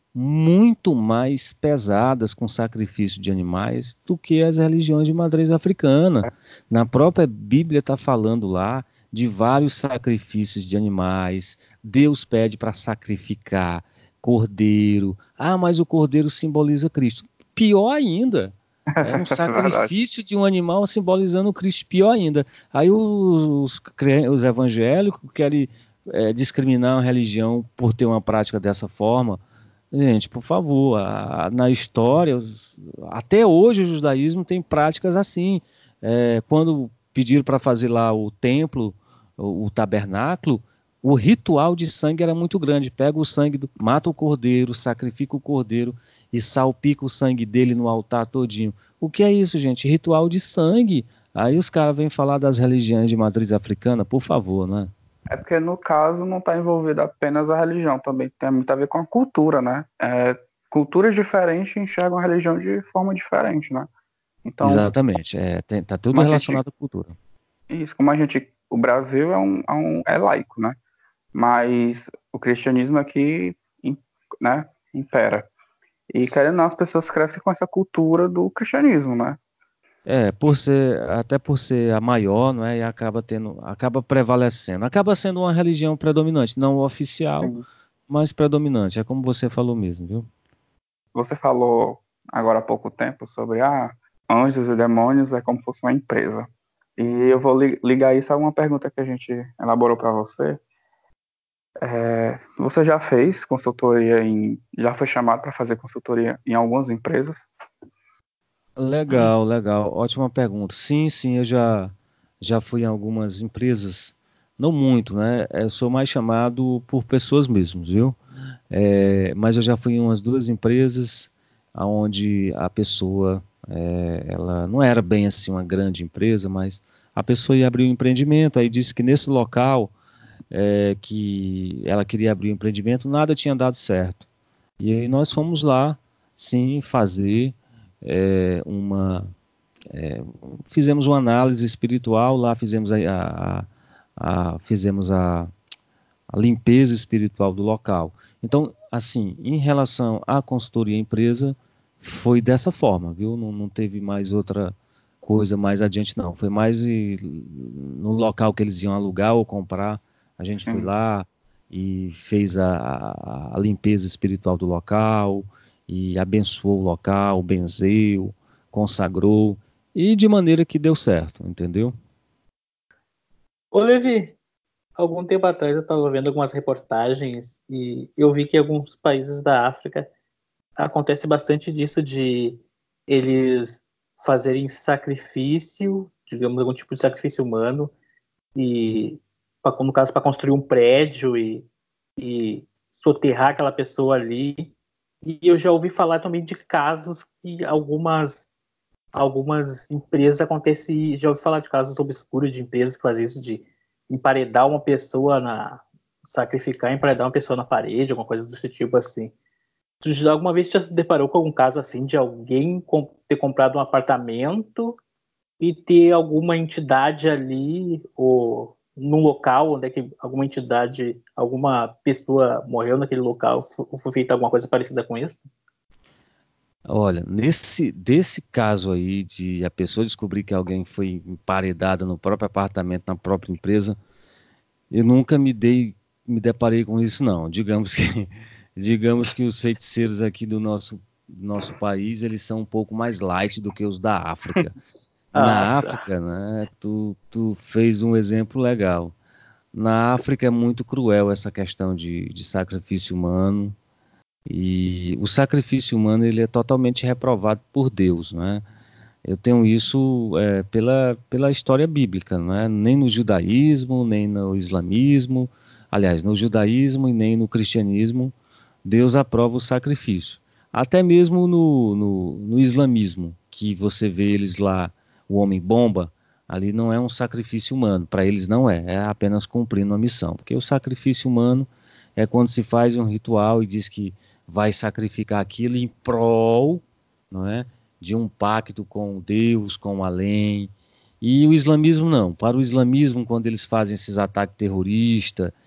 muito mais pesadas com sacrifício de animais do que as religiões de matriz africana. Na própria Bíblia está falando lá de vários sacrifícios de animais. Deus pede para sacrificar cordeiro. Ah, mas o cordeiro simboliza Cristo. Pior ainda. É um sacrifício de um animal simbolizando Cristo. Pior ainda. Aí os evangélicos querem discriminar uma religião por ter uma prática dessa forma. Gente, por favor, na história, até hoje o judaísmo tem práticas assim. Quando pediram para fazer lá o templo, o tabernáculo, o ritual de sangue era muito grande. Pega o sangue, mata o cordeiro, sacrifica o cordeiro e salpica o sangue dele no altar todinho. O que é isso, gente? Ritual de sangue. Aí os caras vêm falar das religiões de matriz africana, por favor, né? É porque, no caso, não está envolvida apenas a religião, também tem muito a ver com a cultura, né? Culturas diferentes enxergam a religião de forma diferente, né? Então, exatamente, tá tudo relacionado à cultura. Isso, como o Brasil é laico, né? Mas o cristianismo aqui, né, impera. E, querendo ou não, as pessoas crescem com essa cultura do cristianismo, né? Até por ser a maior, não é? E acaba prevalecendo. Acaba sendo uma religião predominante, não oficial, Sim. mas predominante. É como você falou mesmo, viu? Você falou agora há pouco tempo sobre anjos e demônios é como se fosse uma empresa. E eu vou ligar isso a uma pergunta que a gente elaborou para você. Você já fez consultoria já foi chamado para fazer consultoria em algumas empresas? Legal, legal. Ótima pergunta. Sim, eu já fui em algumas empresas, não muito, né? Eu sou mais chamado por pessoas mesmo, viu? Mas eu já fui em umas 2 empresas onde a pessoa, ela não era bem assim uma grande empresa, mas a pessoa ia abrir um empreendimento, aí disse que nesse local que ela queria abrir um empreendimento, nada tinha dado certo. E aí nós fomos lá, sim, fazer fizemos uma análise espiritual, lá fizemos fizemos a limpeza espiritual do local. Então, assim, em relação à consultoria empresa, foi dessa forma, viu? Não teve mais outra coisa mais adiante, não. Foi mais no local que eles iam alugar ou comprar, a gente foi lá e fez a limpeza espiritual do local e abençoou o local, benzeu, consagrou e de maneira que deu certo, entendeu? Ô, Levi, algum tempo atrás eu estava vendo algumas reportagens e eu vi que em alguns países da África acontece bastante disso de eles fazerem sacrifício, digamos, algum tipo de sacrifício humano, e no caso para construir um prédio e soterrar aquela pessoa ali. E eu já ouvi falar também de casos que algumas empresas acontece, já ouvi falar de casos obscuros de empresas que fazem isso de emparedar uma pessoa sacrificar, emparedar uma pessoa na parede, alguma coisa desse tipo assim. Tu já alguma vez já se deparou com algum caso assim de alguém ter comprado um apartamento e ter alguma entidade ali ou num local onde é que alguma entidade, alguma pessoa morreu naquele local, foi feita alguma coisa parecida com isso? Olha, desse caso aí de a pessoa descobrir que alguém foi emparedada no próprio apartamento, na própria empresa, eu nunca me deparei com isso não. Digamos que os feiticeiros aqui do nosso país, eles são um pouco mais light do que os da África. Na África, né, tu fez um exemplo legal. Na África é muito cruel essa questão de sacrifício humano. E o sacrifício humano ele é totalmente reprovado por Deus, né? Eu tenho isso pela história bíblica, não é? Nem no judaísmo, nem no islamismo, aliás, no judaísmo e nem no cristianismo, Deus aprova o sacrifício. Até mesmo no islamismo, que você vê eles lá, o homem-bomba, ali não é um sacrifício humano, para eles não é apenas cumprindo uma missão. Porque o sacrifício humano é quando se faz um ritual e diz que vai sacrificar aquilo em prol, não é, de um pacto com Deus, com o além. E o islamismo não. Para o islamismo, quando eles fazem esses ataques terroristas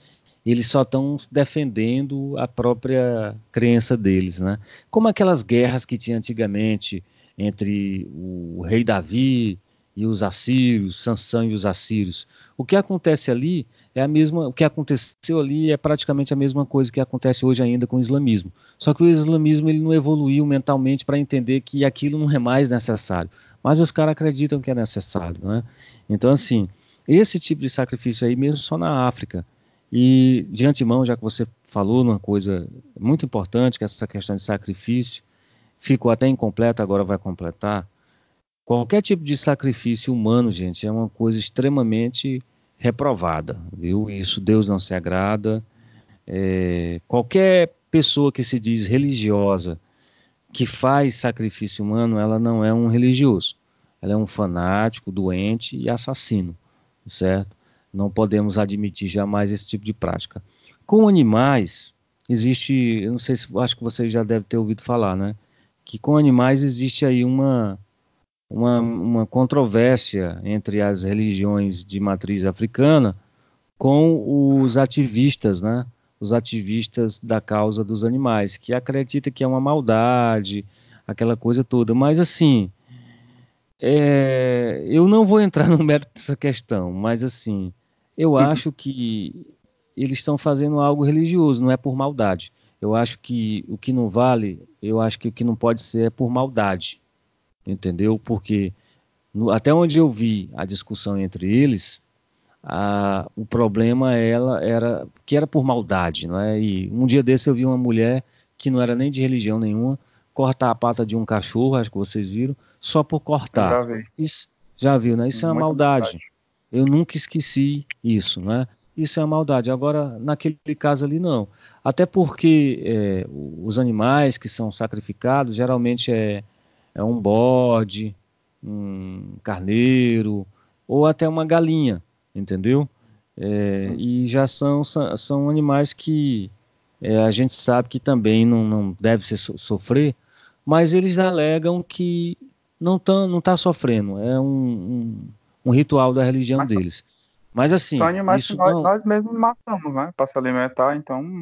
eles só estão defendendo a própria crença deles, né? Como aquelas guerras que tinha antigamente entre o rei Davi e os assírios, Sansão e os assírios. O que acontece ali o que aconteceu ali é praticamente a mesma coisa que acontece hoje ainda com o islamismo. Só que o islamismo ele não evoluiu mentalmente para entender que aquilo não é mais necessário. Mas os caras acreditam que é necessário, né? Então, assim, esse tipo de sacrifício aí mesmo só na África. E de antemão, já que você falou numa coisa muito importante, que é essa questão de sacrifício, ficou até incompleta, agora vai completar. Qualquer tipo de sacrifício humano, gente, é uma coisa extremamente reprovada, viu? Isso Deus não se agrada. Qualquer pessoa que se diz religiosa, que faz sacrifício humano, ela não é um religioso. Ela é um fanático, doente e assassino, certo? Não podemos admitir jamais esse tipo de prática. Com animais, existe, eu não sei se, acho que você já deve ter ouvido falar, né? Que com animais existe aí uma controvérsia entre as religiões de matriz africana com os ativistas, né? Os ativistas da causa dos animais, que acreditam que é uma maldade, aquela coisa toda. Mas assim, eu não vou entrar no mérito dessa questão, mas assim, eu acho que eles estão fazendo algo religioso, não é por maldade. Eu acho que o que não vale, eu acho que o que não pode ser é por maldade, entendeu? Porque até onde eu vi a discussão entre eles, o problema era que era por maldade, não é? E um dia desse eu vi uma mulher que não era nem de religião nenhuma cortar a pata de um cachorro, acho que vocês viram, só por Eu cortar. já vi. Isso, já viu, né? Isso é uma Muita maldade. maldade. Eu nunca esqueci isso, né? Isso é uma maldade. Agora, naquele caso ali, não. Até porque os animais que são sacrificados geralmente é um bode, um carneiro ou até uma galinha, entendeu? E já são animais que a gente sabe que também não deve sofrer, mas eles alegam que não tá sofrendo, é um ritual da religião Mas deles. Mas são assim, animais que isso nós, não. nós mesmos matamos, né? Para se alimentar, então.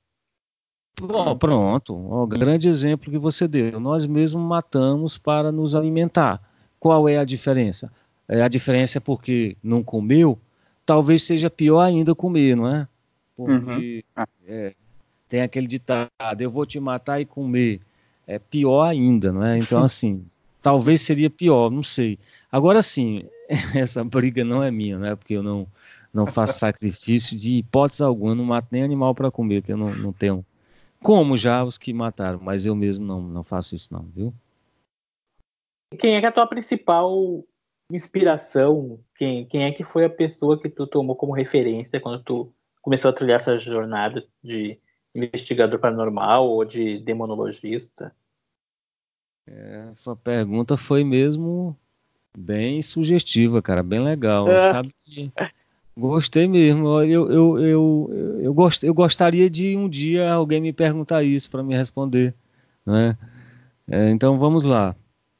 Pronto, o grande exemplo que você deu. Nós mesmos matamos para nos alimentar. Qual é a diferença? A diferença é porque não comeu, talvez seja pior ainda comer, não é? Uhum. Porque tem aquele ditado, eu vou te matar e comer. É pior ainda, não é? Então, assim, talvez seria pior, não sei. Agora sim, essa briga não é minha, não é? Porque eu não faço sacrifício de hipótese alguma, não mato nem animal para comer, que eu não tenho. Como já os que mataram, mas eu mesmo não faço isso não, viu? Quem é que é a tua principal inspiração? Quem é que foi a pessoa que tu tomou como referência quando tu começou a trilhar essa jornada de investigador paranormal ou de demonologista? Essa pergunta foi mesmo bem sugestiva, cara, bem legal. Ah, Sabe que gostei mesmo. Eu gostaria de um dia alguém me perguntar isso para me responder, né? Então vamos lá.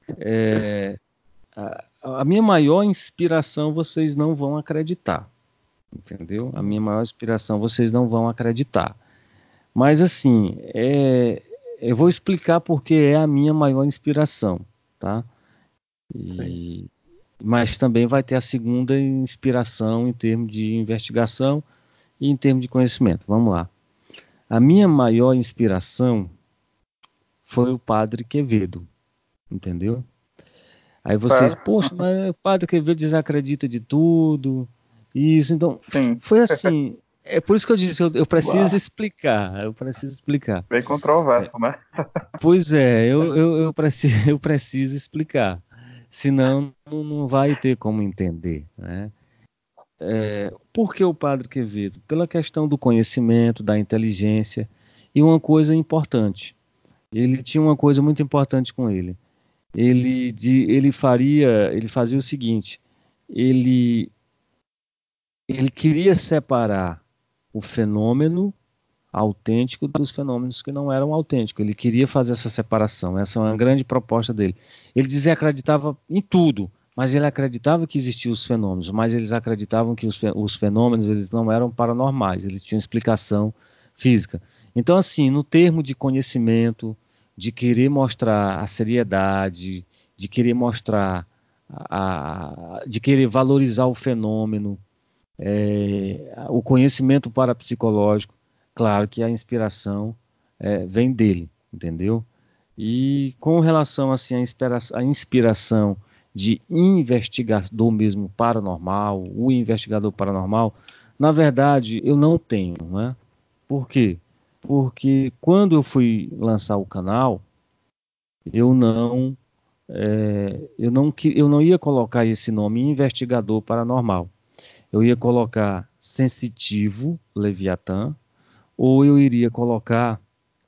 A minha maior inspiração vocês não vão acreditar, entendeu? A minha maior inspiração vocês não vão acreditar. Mas assim, eu vou explicar porque é a minha maior inspiração, tá? sim. Mas também vai ter a segunda inspiração em termos de investigação e em termos de conhecimento. Vamos lá. A minha maior inspiração foi o Padre Quevedo, entendeu? Aí vocês, Sério? poxa, mas o Padre Quevedo desacredita de tudo. Isso, então, Sim. foi assim. É por isso que eu disse, eu preciso Uau. explicar. Eu preciso explicar. Bem controverso, né? Pois é, eu preciso explicar. Senão não vai ter como entender, né? Por que o Padre Quevedo? Pela questão do conhecimento, da inteligência e uma coisa importante. Ele tinha uma coisa muito importante com ele. Ele fazia o seguinte: ele, ele queria separar o fenômeno autêntico dos fenômenos que não eram autênticos. Ele queria fazer essa separação. Essa é uma grande proposta dele. Ele desacreditava em tudo, mas ele acreditava que existiam os fenômenos, mas eles acreditavam que os fenômenos eles não eram paranormais, eles tinham explicação física. Então, assim, no termo de conhecimento, de querer mostrar a seriedade, de querer mostrar, de querer valorizar o fenômeno, o conhecimento parapsicológico, claro que a inspiração vem dele, entendeu? E com relação assim, à inspiração de investigador mesmo paranormal, o investigador paranormal, na verdade eu não tenho, né? Por quê? Porque quando eu fui lançar o canal, eu não ia colocar esse nome investigador paranormal. Eu ia colocar sensitivo Leviatã, ou eu iria colocar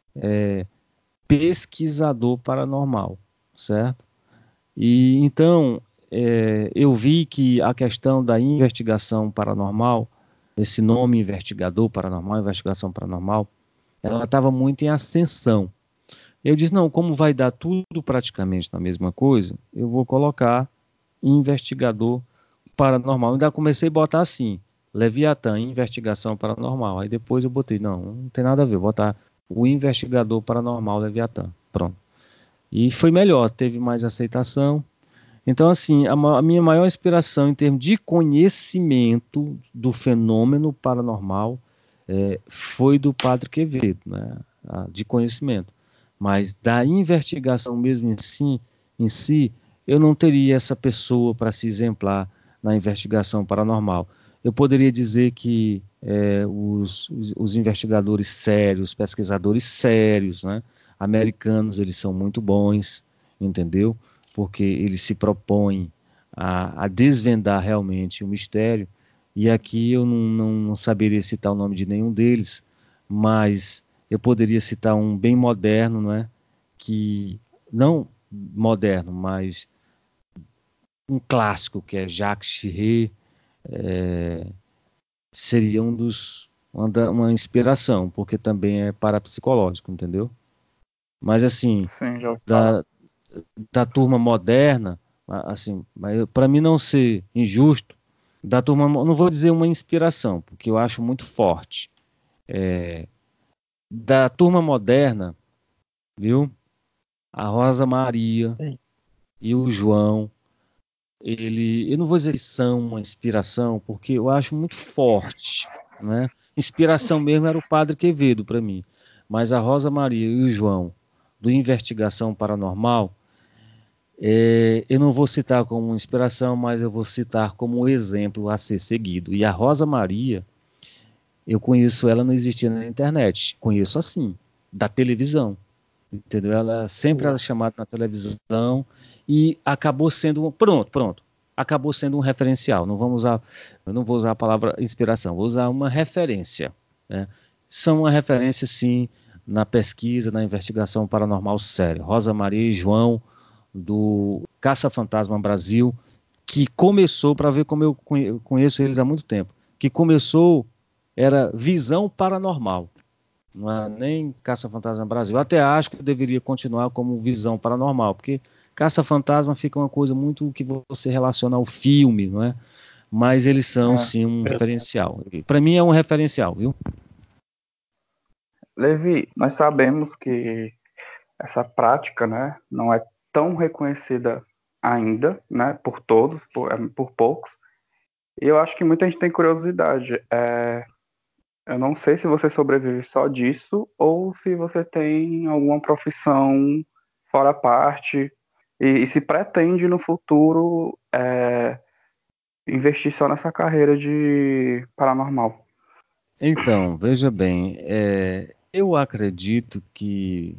pesquisador paranormal, certo? E então eu vi que a questão da investigação paranormal, esse nome investigação paranormal, ela estava muito em ascensão. Eu disse, não, como vai dar tudo praticamente na mesma coisa, eu vou colocar investigador paranormal. Ainda comecei a botar assim, Leviatã, investigação paranormal. Aí depois eu botei, não tem nada a ver, vou botar o investigador paranormal Leviatã. Pronto. E foi melhor, teve mais aceitação. Então, assim, a minha maior inspiração em termos de conhecimento do fenômeno paranormal foi do Padre Quevedo, né? De conhecimento. Mas da investigação mesmo em si, eu não teria essa pessoa para se exemplar na investigação paranormal. Eu poderia dizer que os investigadores sérios, pesquisadores sérios, né, americanos, eles são muito bons, entendeu? Porque eles se propõem a desvendar realmente o mistério. E aqui eu não saberia citar o nome de nenhum deles, mas eu poderia citar um bem moderno, não é? Que não moderno, mas um clássico que é Jacques Chirac, seria uma inspiração, porque também é parapsicológico, entendeu? Mas assim, Sim, já ouvi falar. da turma moderna, assim, para mim não ser injusto, da turma, não vou dizer uma inspiração, porque eu acho muito forte. Da turma moderna, viu? A Rosa Maria Sim. e o João, eu não vou dizer que são uma inspiração, porque eu acho muito forte, né? Inspiração mesmo era o Padre Quevedo para mim, mas a Rosa Maria e o João do Investigação Paranormal, eu não vou citar como inspiração, mas eu vou citar como um exemplo a ser seguido. E a Rosa Maria, eu conheço ela, não existia na internet, conheço assim, da televisão. Entendeu? Ela sempre era chamada na televisão e acabou sendo pronto. Acabou sendo um referencial. Eu não vou usar a palavra inspiração, vou usar uma referência, né? São uma referência, sim, na pesquisa, na investigação paranormal séria. Rosa Maria e João, do Caça-Fantasma Brasil, que começou, para ver como eu conheço eles há muito tempo, que começou, era Visão Paranormal. Não era nem Caça-Fantasma Brasil. Eu até acho que deveria continuar como Visão Paranormal, porque Caça-Fantasma fica uma coisa muito que você relaciona ao filme, não é? Mas eles são, sim, um referencial. Para mim é um referencial, viu? Levi, nós sabemos que essa prática, né, não é tão reconhecida ainda, né, por todos, por poucos. E eu acho que muita gente tem curiosidade. Eu não sei se você sobrevive só disso ou se você tem alguma profissão fora a parte e se pretende no futuro investir só nessa carreira de paranormal. Então, veja bem, eu acredito que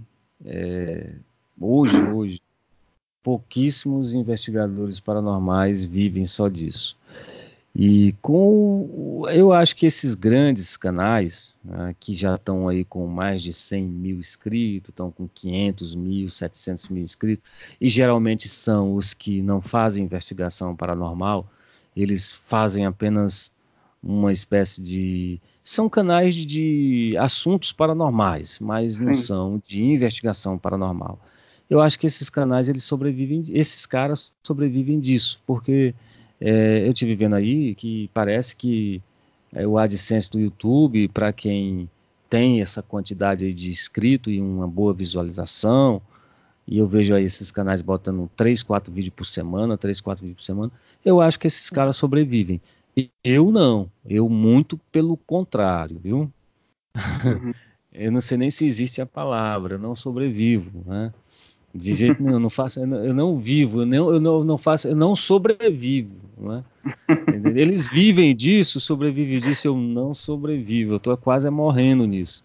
hoje, pouquíssimos investigadores paranormais vivem só disso. E eu acho que esses grandes canais, né, que já estão aí com mais de 100 mil inscritos, estão com 500 mil, 700 mil inscritos, e geralmente são os que não fazem investigação paranormal, eles fazem apenas uma espécie de... São canais de assuntos paranormais, mas não Sim. são de investigação paranormal. Eu acho que esses canais, esses caras sobrevivem disso, porque eu tive vendo aí que parece que o AdSense do YouTube, para quem tem essa quantidade aí de inscrito e uma boa visualização, e eu vejo aí esses canais botando 3, 4 vídeos por semana, eu acho que esses caras sobrevivem. E eu não, eu muito pelo contrário, viu? Uhum. Eu não sei nem se existe a palavra, eu não sobrevivo, né? De jeito nenhum, eu não vivo, eu não faço, eu não sobrevivo, né? Eles vivem disso, sobrevivem disso, eu não sobrevivo, eu tô quase morrendo nisso.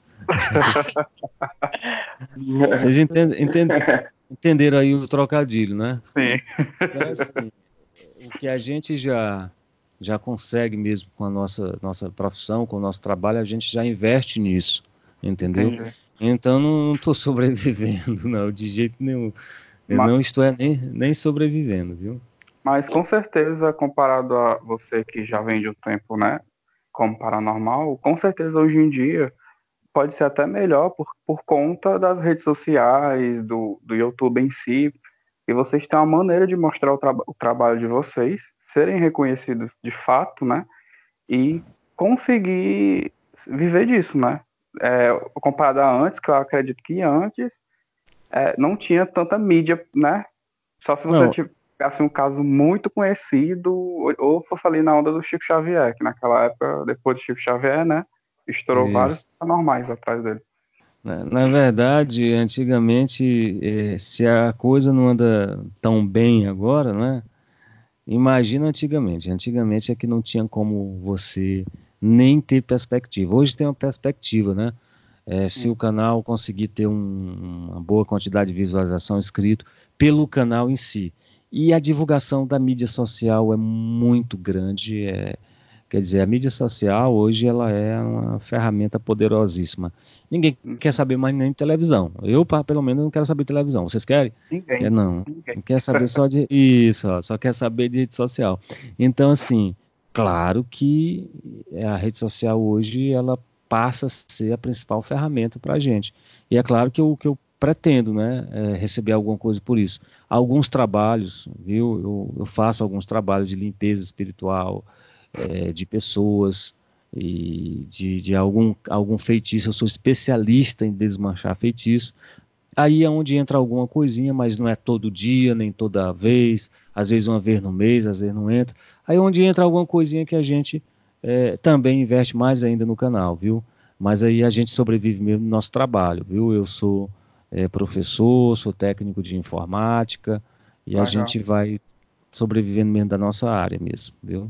Vocês entenderam aí o trocadilho, né? Sim. Então, assim, o que a gente já consegue mesmo com a nossa profissão, com o nosso trabalho, a gente já investe nisso, entendeu? Entendi. Então não estou sobrevivendo, não, de jeito nenhum. Eu Ma- não estou nem sobrevivendo, viu? Mas com certeza, comparado a você que já vem de um tempo, né, como paranormal, com certeza hoje em dia pode ser até melhor por conta das redes sociais, do YouTube em si, e vocês têm uma maneira de mostrar o trabalho de vocês, serem reconhecidos de fato, né, e conseguir viver disso, né? Comparado a antes, que eu acredito que antes não tinha tanta mídia, né? Só se você Não, tivesse um caso muito conhecido, ou fosse ali na onda do Chico Xavier, que naquela época, depois do Chico Xavier, né? Estourou vários isso. anormais atrás dele. Na verdade, antigamente, se a coisa não anda tão bem agora, né? Imagina antigamente. Antigamente é que não tinha como você nem ter perspectiva. Hoje tem uma perspectiva, né? Se Sim. o canal conseguir ter uma boa quantidade de visualização inscrito pelo canal em si. E a divulgação da mídia social é muito grande. Quer dizer, a mídia social hoje ela é uma ferramenta poderosíssima. Ninguém quer Uhum. saber mais nem de televisão. Eu, pelo menos, não quero saber de televisão. Vocês querem? Ninguém. Não. Ninguém. Não quer saber só de isso, ó, só quer saber de rede social. Então, assim, claro que a rede social hoje ela passa a ser a principal ferramenta para a gente. E é claro que eu pretendo, né, receber alguma coisa por isso. Alguns trabalhos, viu? Eu faço alguns trabalhos de limpeza espiritual, de pessoas e de algum feitiço. Eu sou especialista em desmanchar feitiço. Aí é onde entra alguma coisinha, mas não é todo dia, nem toda vez, às vezes uma vez no mês, às vezes não entra. Aí é onde entra alguma coisinha que a gente também investe mais ainda no canal, viu? Mas aí a gente sobrevive mesmo no nosso trabalho, viu? Eu sou professor, sou técnico de informática e a Legal. gente vai sobrevivendo mesmo da nossa área mesmo, viu?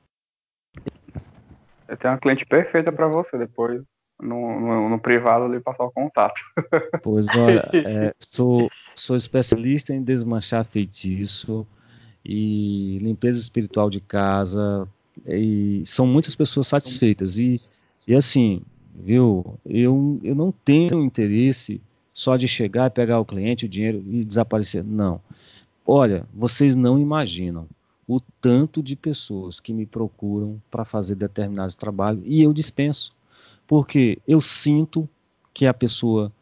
Eu tenho uma cliente perfeita para você depois, no privado, ali passar o contato. Pois olha, sou especialista em desmanchar feitiço e limpeza espiritual de casa, e são muitas pessoas satisfeitas. E assim, viu, eu não tenho interesse só de chegar e pegar o cliente, o dinheiro e desaparecer. Não. Olha, vocês não imaginam o tanto de pessoas que me procuram para fazer determinados trabalhos e eu dispenso, porque eu sinto que a pessoa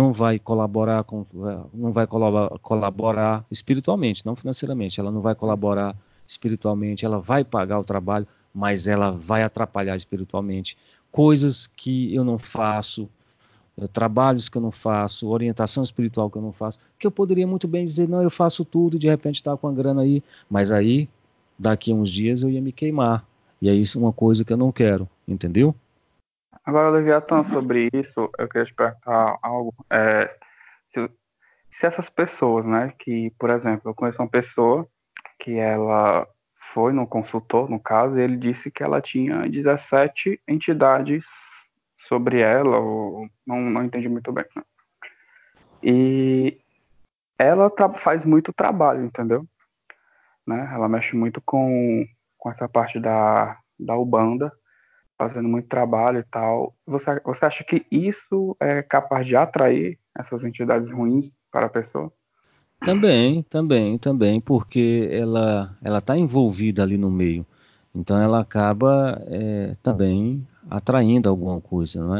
não vai colaborar espiritualmente, não financeiramente, ela não vai colaborar espiritualmente, ela vai pagar o trabalho, mas ela vai atrapalhar espiritualmente. Coisas que eu não faço, trabalhos que eu não faço, orientação espiritual que eu não faço, que eu poderia muito bem dizer, não, eu faço tudo e de repente está com a grana aí, mas aí, daqui a uns dias eu ia me queimar. E é isso uma coisa que eu não quero, entendeu? Agora, Leviatã, sobre isso, eu queria te perguntar algo. Se, se essas pessoas, né, que, por exemplo, eu conheço uma pessoa que ela foi no consultor, no caso, e ele disse que ela tinha 17 entidades sobre ela, ou não entendi muito bem, né? E ela faz muito trabalho, entendeu? Né? Ela mexe muito com essa parte da Umbanda, fazendo muito trabalho e tal. Você acha que isso é capaz de atrair essas entidades ruins para a pessoa? Também, porque ela está envolvida ali no meio, então ela acaba também atraindo alguma coisa, não é?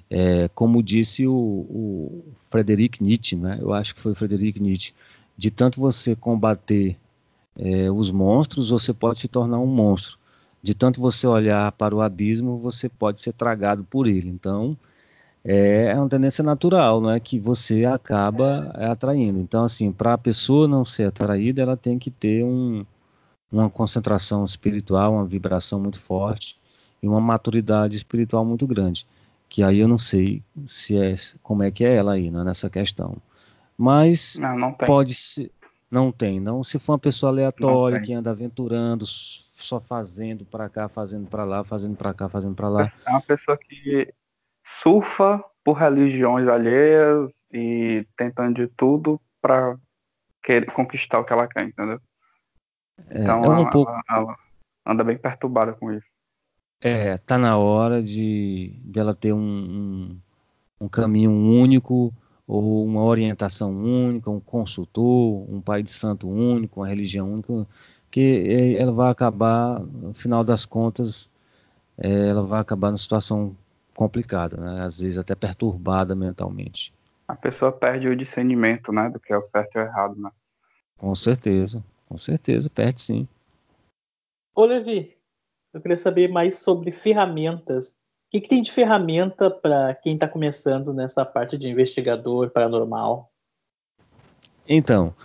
Como disse o Friedrich Nietzsche, né? Eu acho que foi o Friedrich Nietzsche, de tanto você combater os monstros, você pode se tornar um monstro. De tanto você olhar para o abismo, você pode ser tragado por ele. Então, é uma tendência natural, não é, que você acaba atraindo. Então, assim, para a pessoa não ser atraída, ela tem que ter uma concentração espiritual, uma vibração muito forte e uma maturidade espiritual muito grande. Que aí eu não sei como é que é ela aí, né, nessa questão. Mas Não tem. pode ser, não tem, não. Se for uma pessoa Não aleatória tem. que anda aventurando, só fazendo para cá, fazendo para lá, fazendo para cá, fazendo para lá. É uma pessoa que surfa por religiões alheias e tentando de tudo para querer conquistar o que ela quer, entendeu? É Então um pouco, ela anda bem perturbada com isso. tá na hora dela ter um caminho único, ou uma orientação única, um consultor, um pai de santo único, uma religião única, que ela vai acabar, no final das contas, ela vai acabar numa situação complicada, né? Às vezes até perturbada mentalmente. A pessoa perde o discernimento, né, do que é o certo e o errado, né? Com certeza, perde sim. Ô, Levi, eu queria saber mais sobre ferramentas. O que tem de ferramenta para quem está começando nessa parte de investigador paranormal? Então,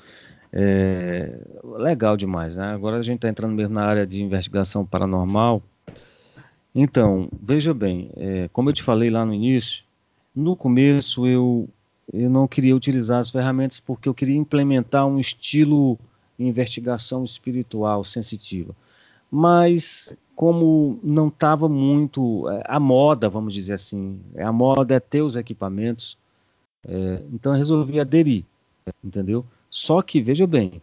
legal demais, né? Agora a gente está entrando mesmo na área de investigação paranormal. Então, veja bem, como eu te falei lá no início, no começo eu não queria utilizar as ferramentas porque eu queria implementar um estilo de investigação espiritual sensitiva. Mas como não estava muito a moda, vamos dizer assim, a moda é ter os equipamentos, então eu resolvi aderir, entendeu? Só que, veja bem,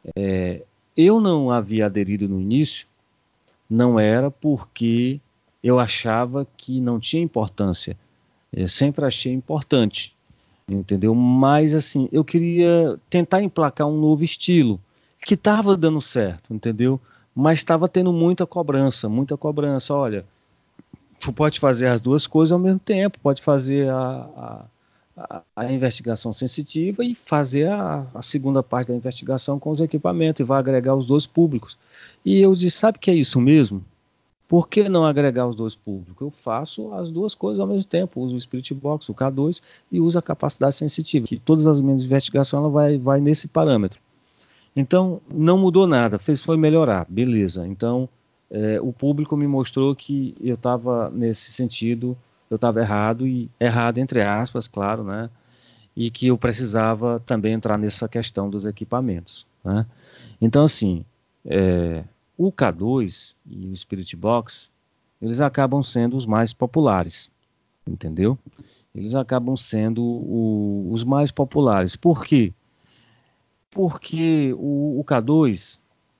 eu não havia aderido no início, não era porque eu achava que não tinha importância. Eu sempre achei importante, entendeu? Mas assim, eu queria tentar emplacar um novo estilo que estava dando certo, entendeu? Mas estava tendo muita cobrança, muita cobrança. Olha, tu pode fazer as duas coisas ao mesmo tempo, pode fazer a investigação sensitiva e fazer a segunda parte da investigação com os equipamentos e vai agregar os dois públicos. E eu disse, sabe o que é isso mesmo? Por que não agregar os dois públicos? Eu faço as duas coisas ao mesmo tempo, uso o Spirit Box, o K2 e uso a capacidade sensitiva, que todas as minhas investigações ela vai nesse parâmetro. Então, não mudou nada, foi melhorar, beleza. Então, o público me mostrou que eu estava nesse sentido, eu estava errado, e errado entre aspas, claro, né? E que eu precisava também entrar nessa questão dos equipamentos, né? Então, assim, o K2 e o Spirit Box, eles acabam sendo os mais populares, entendeu? Eles acabam sendo os mais populares. Por quê? Porque o K2,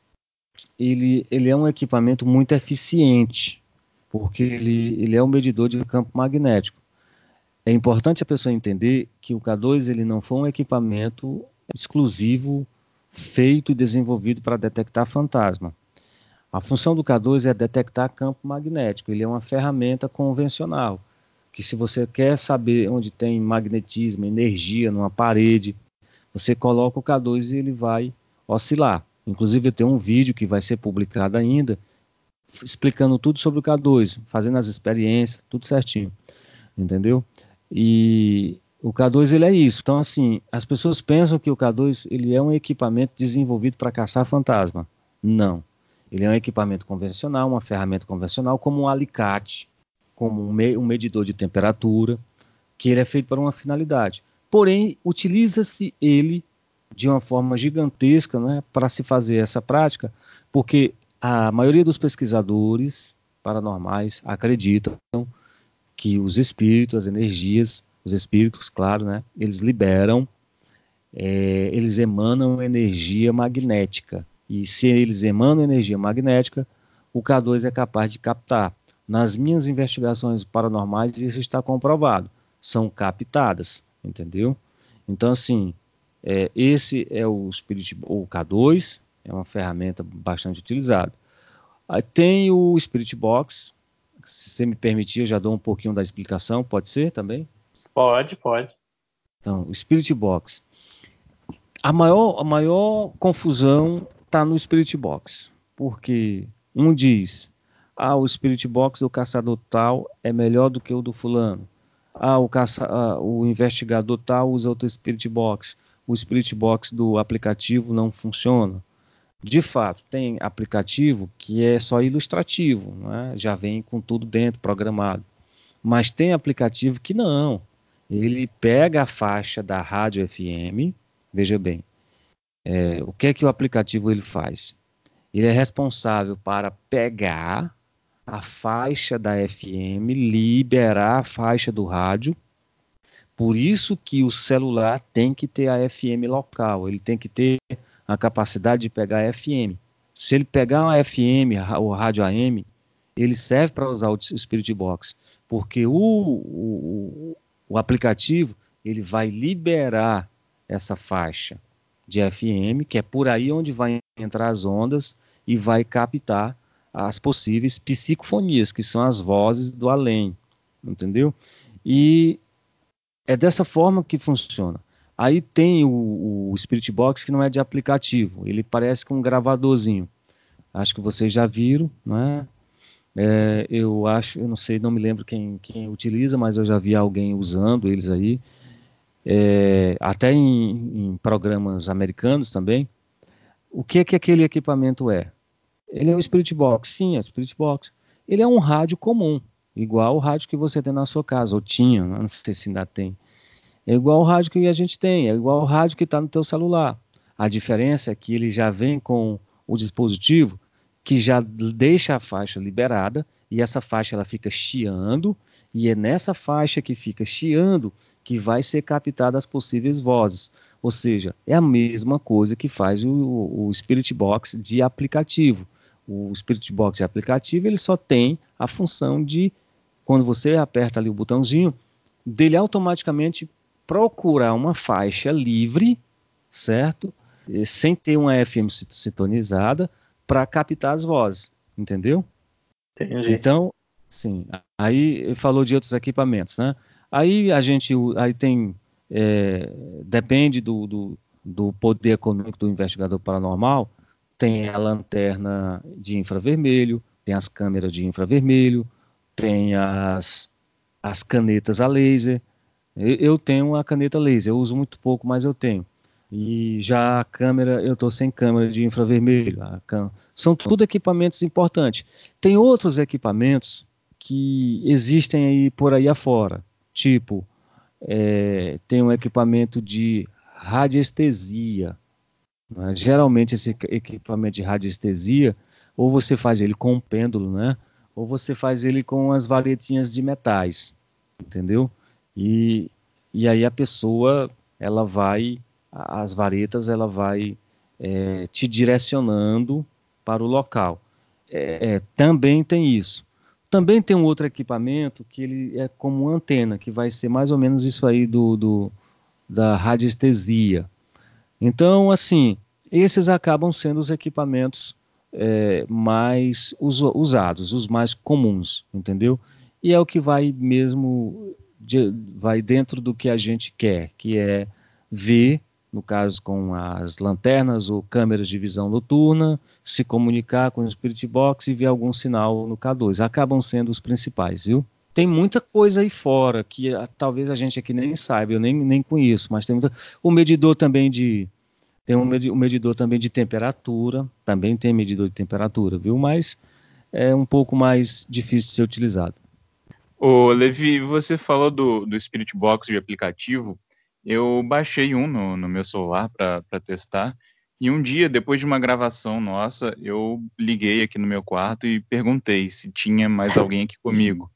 ele é um equipamento muito eficiente, porque ele é um medidor de campo magnético. É importante a pessoa entender que o K2 ele não foi um equipamento exclusivo feito e desenvolvido para detectar fantasma. A função do K2 é detectar campo magnético. Ele é uma ferramenta convencional, que se você quer saber onde tem magnetismo, energia numa parede, você coloca o K2 e ele vai oscilar. Inclusive eu tenho um vídeo que vai ser publicado ainda, explicando tudo sobre o K2, fazendo as experiências, tudo certinho, entendeu? E o K2 ele é isso. Então assim, as pessoas pensam que o K2 ele é um equipamento desenvolvido para caçar fantasma. Não. Ele é um equipamento convencional, uma ferramenta convencional, como um alicate, como um medidor de temperatura, que ele é feito para uma finalidade. Porém, utiliza-se ele de uma forma gigantesca, né, para se fazer essa prática, porque a maioria dos pesquisadores paranormais acreditam que os espíritos, as energias, os espíritos, claro, né, eles liberam, eles emanam energia magnética. E se eles emanam energia magnética, o K2 é capaz de captar. Nas minhas investigações paranormais, isso está comprovado. São captadas, entendeu? Então, assim, esse é o o K2, é uma ferramenta bastante utilizada. Aí tem o Spirit Box, se você me permitir, eu já dou um pouquinho da explicação, pode ser também? Pode. Então, o Spirit Box. A maior confusão está no Spirit Box, porque um diz, o Spirit Box do caçador tal é melhor do que o do fulano. O investigador tal usa outro Spirit Box. O Spirit Box do aplicativo não funciona. De fato, tem aplicativo que é só ilustrativo, né? Já vem com tudo dentro, programado. Mas tem aplicativo que não. Ele pega a faixa da rádio FM, veja bem, o que é que o aplicativo ele faz? Ele é responsável para pegar a faixa da FM, liberar a faixa do rádio. Por isso que o celular tem que ter a FM local, ele tem que ter a capacidade de pegar a FM. Se ele pegar uma FM, o rádio AM, ele serve para usar o Spirit Box, porque o aplicativo ele vai liberar essa faixa de FM, que é por aí onde vai entrar as ondas e vai captar as possíveis psicofonias, que são as vozes do além, entendeu? E é dessa forma que funciona. Aí tem o Spirit Box que não é de aplicativo, ele parece com um gravadorzinho. Acho que vocês já viram, né? Eu não sei, não me lembro quem utiliza, mas eu já vi alguém usando eles aí, até em programas americanos também. O que aquele equipamento é? Ele é o Spirit Box, sim, é o Spirit Box. Ele é um rádio comum, igual o rádio que você tem na sua casa, ou tinha, não sei se ainda tem. É igual o rádio que a gente tem, é igual o rádio que está no teu celular. A diferença é que ele já vem com o dispositivo que já deixa a faixa liberada e essa faixa ela fica chiando e é nessa faixa que fica chiando que vai ser captada as possíveis vozes. Ou seja, é a mesma coisa que faz o Spirit Box de aplicativo. O Spirit Box de aplicativo ele só tem a função de, quando você aperta ali o botãozinho, dele automaticamente procurar uma faixa livre, certo? Sem ter uma FM sintonizada para captar as vozes, entendeu? Entendi. Então, sim, aí falou de outros equipamentos, né? Aí tem, depende do poder econômico do investigador paranormal, tem a lanterna de infravermelho, tem as câmeras de infravermelho, tem as canetas a laser. Eu tenho a caneta laser, eu uso muito pouco, mas eu tenho. E já a câmera, eu estou sem câmera de infravermelho. São tudo equipamentos importantes. Tem outros equipamentos que existem aí por aí afora. Tipo, tem um equipamento de radiestesia. Né? Geralmente esse equipamento de radiestesia, ou você faz ele com um pêndulo, né? Ou você faz ele com as varetinhas de metais, entendeu? E aí a pessoa, as varetas, ela vai te direcionando para o local. Também tem isso. Também tem um outro equipamento que ele é como uma antena, que vai ser mais ou menos isso aí da radiestesia. Então, assim, esses acabam sendo os equipamentos mais usados, os mais comuns, entendeu? E é o que vai mesmo, vai dentro do que a gente quer, que é ver, no caso com as lanternas ou câmeras de visão noturna, se comunicar com o Spirit Box e ver algum sinal no K2. Acabam sendo os principais, viu? Tem muita coisa aí fora que talvez a gente aqui nem saiba, eu nem conheço, mas tem o medidor também tem um medidor também de temperatura, também tem medidor de temperatura, viu? Mas é um pouco mais difícil de ser utilizado. Ô, Levi, você falou do Spirit Box de aplicativo. Eu baixei um no meu celular para testar. E um dia, depois de uma gravação nossa, eu liguei aqui no meu quarto e perguntei se tinha mais alguém aqui comigo.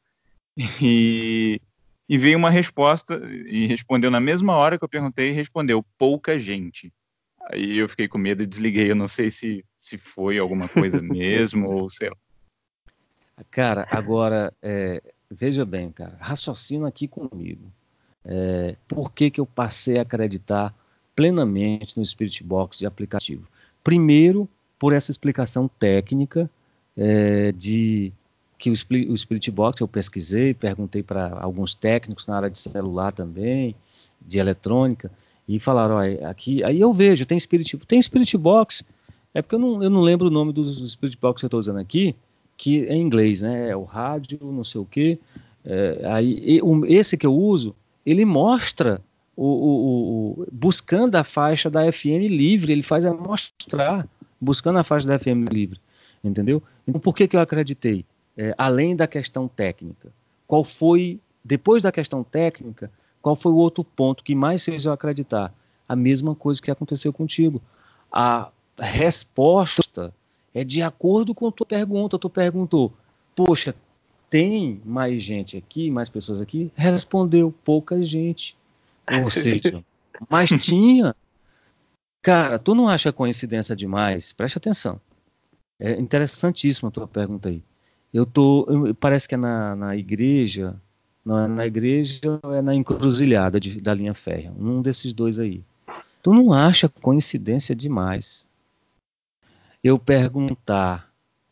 E veio uma resposta, e respondeu na mesma hora que eu perguntei, e respondeu pouca gente. Aí eu fiquei com medo e desliguei. Eu não sei se foi alguma coisa mesmo, ou sei lá. Cara, agora, veja bem, cara, raciocina aqui comigo. Por que eu passei a acreditar plenamente no Spirit Box de aplicativo? Primeiro, por essa explicação técnica de que o Spirit Box eu pesquisei, perguntei para alguns técnicos na área de celular também, de eletrônica, e falaram, ó, aqui, aí eu vejo, tem Spirit Box, é porque eu não lembro o nome dos Spirit Box que eu estou usando aqui, que é em inglês, né, é o rádio, não sei o quê, esse que eu uso, ele mostra, buscando a faixa da FM livre, ele faz a mostrar, buscando a faixa da FM livre, entendeu? Então por que eu acreditei? Além da questão técnica, depois da questão técnica, qual foi o outro ponto que mais fez eu acreditar? A mesma coisa que aconteceu contigo. A resposta é de acordo com a tua pergunta. Tu perguntou, poxa, tem mais gente aqui, mais pessoas aqui? Respondeu, pouca gente. Ou seja, mas tinha. Cara, tu não acha coincidência demais? Preste atenção. É interessantíssima a tua pergunta aí. Parece que é na igreja, não é na igreja ou é na encruzilhada da linha férrea, um desses dois aí. Tu não acha coincidência demais eu perguntar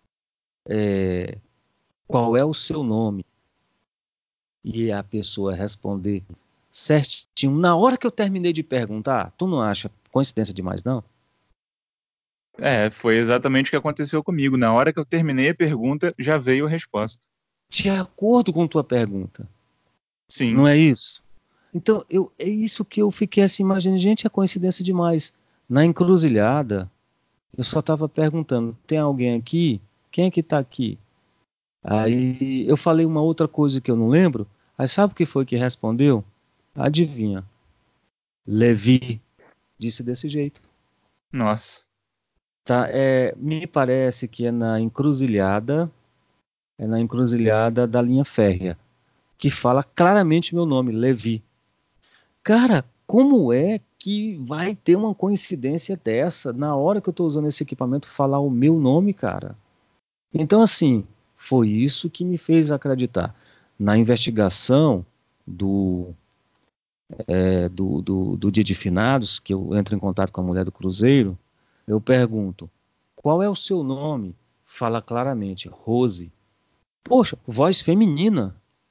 qual é o seu nome e a pessoa responder certinho na hora que eu terminei de perguntar? Tu não acha coincidência demais, não? Foi exatamente o que aconteceu comigo. Na hora que eu terminei a pergunta, já veio a resposta. De acordo com tua pergunta. Sim. Não é isso? Então, é isso que eu fiquei assim, imaginando, gente, é coincidência demais. Na encruzilhada, eu só estava perguntando, tem alguém aqui? Quem é que está aqui? Aí eu falei uma outra coisa que eu não lembro, aí sabe o que foi que respondeu? Adivinha? Levi disse desse jeito. Nossa. Tá, me parece que é na encruzilhada da linha férrea, que fala claramente meu nome, Levi. Cara, como é que vai ter uma coincidência dessa na hora que eu estou usando esse equipamento falar o meu nome, cara? Então, assim, foi isso que me fez acreditar. Na investigação do Dia de Finados, que eu entro em contato com a mulher do Cruzeiro, eu pergunto, qual é o seu nome? Fala claramente, Rose. Poxa, voz feminina,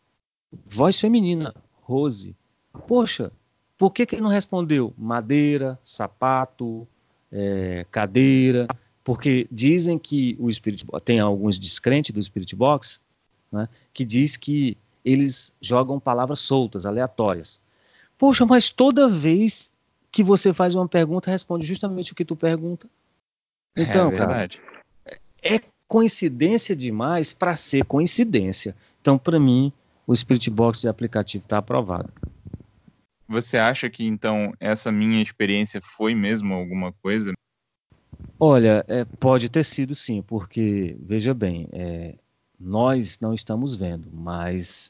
Rose. Poxa, por que ele não respondeu madeira, sapato, cadeira? Porque dizem que o Spirit Box, tem alguns descrentes do Spirit Box, né, que diz que eles jogam palavras soltas, aleatórias. Poxa, mas toda vez que você faz uma pergunta, responde justamente o que tu pergunta. Então, É verdade. cara, é coincidência demais para ser coincidência. Então, para mim, o Spirit Box de aplicativo está aprovado. Você acha que, então, essa minha experiência foi mesmo alguma coisa? Olha, pode ter sido sim, porque, veja bem, nós não estamos vendo, mas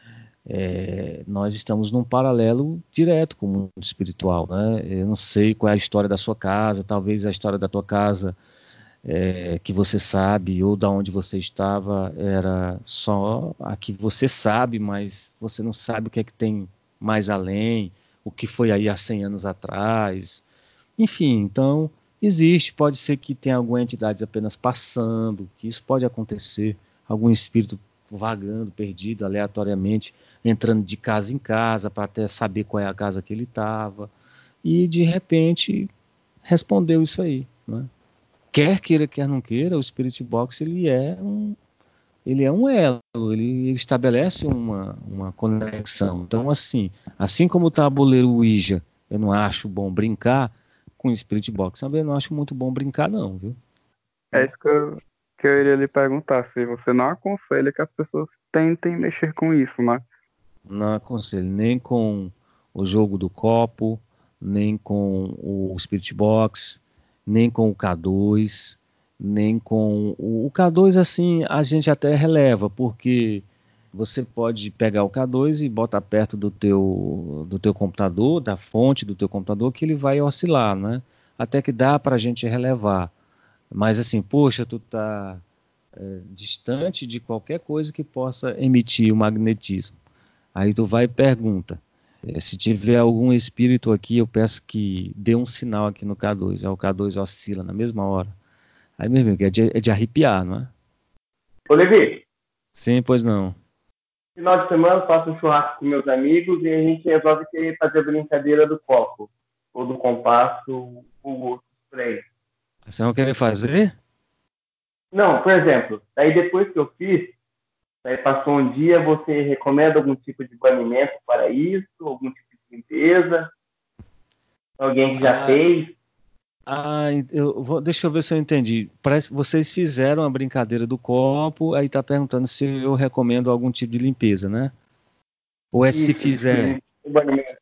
nós estamos num paralelo direto com o mundo espiritual, né? Eu não sei qual é a história da sua casa, talvez a história da tua casa que você sabe, ou da onde você estava, era só a que você sabe, mas você não sabe o que é que tem mais além, o que foi aí há 100 anos atrás. Enfim, então, existe, pode ser que tenha alguma entidade apenas passando, que isso pode acontecer, algum espírito vagando, perdido, aleatoriamente, entrando de casa em casa, para até saber qual é a casa que ele estava, e de repente respondeu isso aí, né? Quer queira, quer não queira, o Spirit Box ele é um elo, ele estabelece uma conexão. Então, assim como o tabuleiro Ouija, eu não acho bom brincar com o Spirit Box, também não acho muito bom brincar não, viu? É isso que eu iria lhe perguntar, se você não aconselha que as pessoas tentem mexer com isso, né? Não aconselho nem com o jogo do copo, nem com o Spirit Box, nem com o K2, nem com o K2, assim, a gente até releva, porque você pode pegar o K2 e botar perto do teu computador, da fonte do teu computador, que ele vai oscilar, né? Até que dá para a gente relevar. Mas assim, poxa, tu tá distante de qualquer coisa que possa emitir o magnetismo. Aí tu vai e pergunta. Se tiver algum espírito aqui, eu peço que dê um sinal aqui no K2. Aí o K2 oscila na mesma hora. Aí, meu amigo, é de arrepiar, não é? Ô, Levi, Sim, pois não. Final de semana eu faço um churrasco com meus amigos e a gente resolve querer fazer a brincadeira do copo, ou do compasso, ou outros por aí. Vocês vão querer fazer? Não, por exemplo, daí depois que eu fiz, daí passou um dia, você recomenda algum tipo de banimento para isso, algum tipo de limpeza? Alguém que já Ah, fez? deixa eu ver se eu entendi. Parece que vocês fizeram a brincadeira do copo, aí tá perguntando se eu recomendo algum tipo de limpeza, né? Ou é se Isso, fizer. o banimento.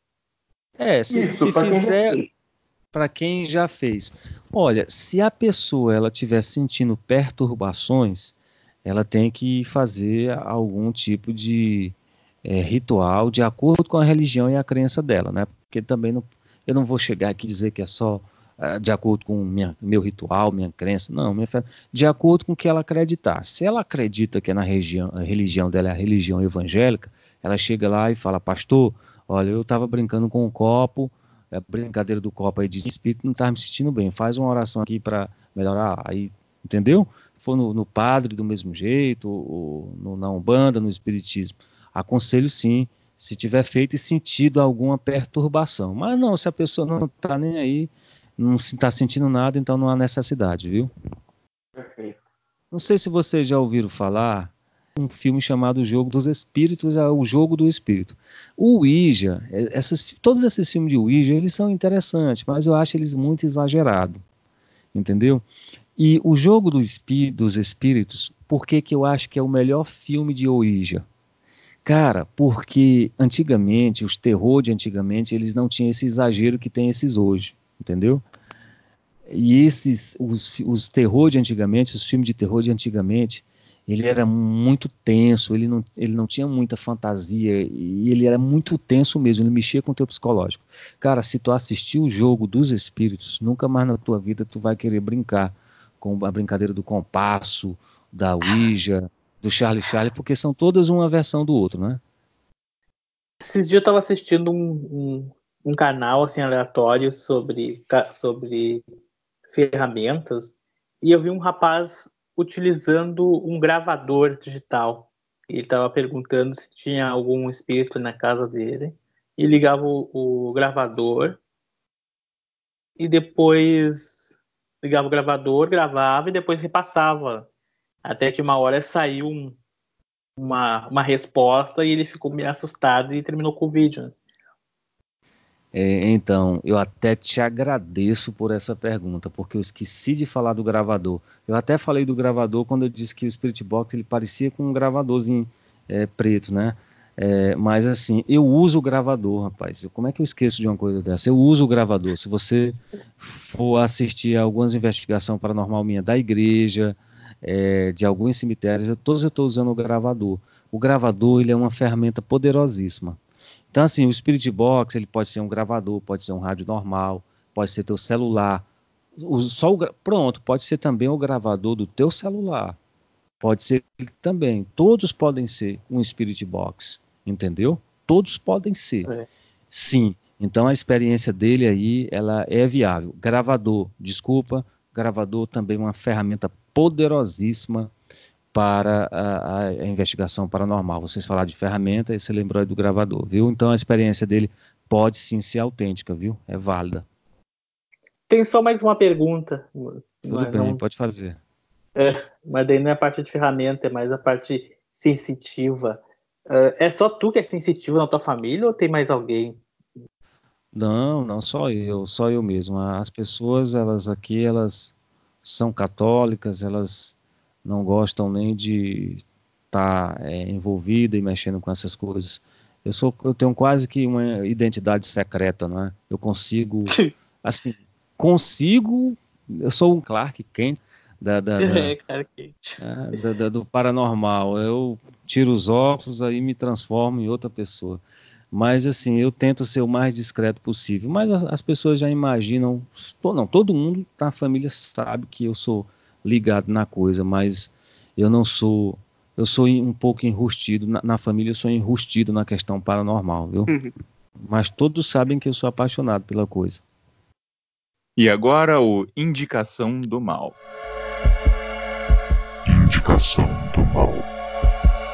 Se Isso, para quem já fizer fez. para quem já fez. Olha, se a pessoa ela estiver sentindo perturbações, ela tem que fazer algum tipo de ritual de acordo com a religião e a crença dela, né? Porque também eu não vou chegar aqui e dizer que é só de acordo com meu ritual, minha crença. Não, minha fé, de acordo com o que ela acreditar. Se ela acredita que a religião dela é a religião evangélica, ela chega lá e fala, pastor, olha, eu estava brincando com um copo, a brincadeira do copo aí de espírito, não estava me sentindo bem, faz uma oração aqui para melhorar, aí, entendeu? Se for no padre do mesmo jeito, ou na Umbanda, no Espiritismo, aconselho sim, se tiver feito e sentido alguma perturbação. Mas não, se a pessoa não está nem aí, não está sentindo nada, então não há necessidade, viu? Perfeito. Não sei se vocês já ouviram falar um filme chamado O Jogo dos Espíritos, o Jogo do Espírito. O Ouija, todos esses filmes de Ouija, eles são interessantes, mas eu acho eles muito exagerados, entendeu? E o Jogo dos Espíritos, por que eu acho que é o melhor filme de Ouija? Cara, porque antigamente, os terror de antigamente, eles não tinham esse exagero que tem esses hoje, entendeu? E os terror de antigamente, os filmes de terror de antigamente, ele era muito tenso, ele não tinha muita fantasia, e ele era muito tenso mesmo, ele mexia com o teu psicológico. Cara, se tu assistir o Jogo dos Espíritos, nunca mais na tua vida tu vai querer brincar com a brincadeira do compasso, da Ouija, do Charlie, porque são todas uma versão do outro, né? Esses dias eu tava assistindo um canal assim aleatório sobre ferramentas e eu vi um rapaz utilizando um gravador digital. Ele estava perguntando se tinha algum espírito na casa dele e ligava o gravador e depois ligava o gravador, gravava e depois repassava. Até que uma hora saiu uma resposta e ele ficou meio assustado e terminou com o vídeo, né? Então, eu até te agradeço por essa pergunta, porque eu esqueci de falar do gravador. Eu até falei do gravador quando eu disse que o Spirit Box ele parecia com um gravadorzinho preto, né? Mas assim, eu uso o gravador, rapaz. Como é que eu esqueço de uma coisa dessa? Eu uso o gravador. Se você for assistir a algumas investigações paranormal minha da igreja, de alguns cemitérios, todos eu estou usando o gravador. O gravador ele é uma ferramenta poderosíssima. Então, assim, o Spirit Box, ele pode ser um gravador, pode ser um rádio normal, pode ser teu celular. Pronto, pode ser também o gravador do teu celular. Pode ser também. Todos podem ser um Spirit Box, entendeu? Todos podem ser. É. Sim. Então, a experiência dele aí, ela é viável. Gravador também é uma ferramenta poderosíssima para a investigação paranormal. Vocês falaram de ferramenta e você lembrou aí do gravador, viu? Então a experiência dele pode sim ser autêntica, viu? É válida. Tem só mais uma pergunta, Tudo bem, pode fazer. mas daí não é a parte de ferramenta, é mais a parte sensitiva. É só tu que é sensitivo na tua família ou tem mais alguém? Não, não só eu mesmo. As pessoas, elas são católicas, elas não gostam nem de estar envolvida e mexendo com essas coisas. Eu tenho quase que uma identidade secreta, não é? Eu consigo, assim, eu sou um Clark Kent Cara, quente. do paranormal. Eu tiro os óculos, aí me transformo em outra pessoa. Mas assim, eu tento ser o mais discreto possível. Mas as pessoas já imaginam, não, todo mundo na família sabe que eu sou ligado na coisa, mas eu não sou, eu sou um pouco enrustido, na família eu sou enrustido na questão paranormal, viu? Mas todos sabem que eu sou apaixonado pela coisa. E agora o Indicação do Mal. Indicação do Mal.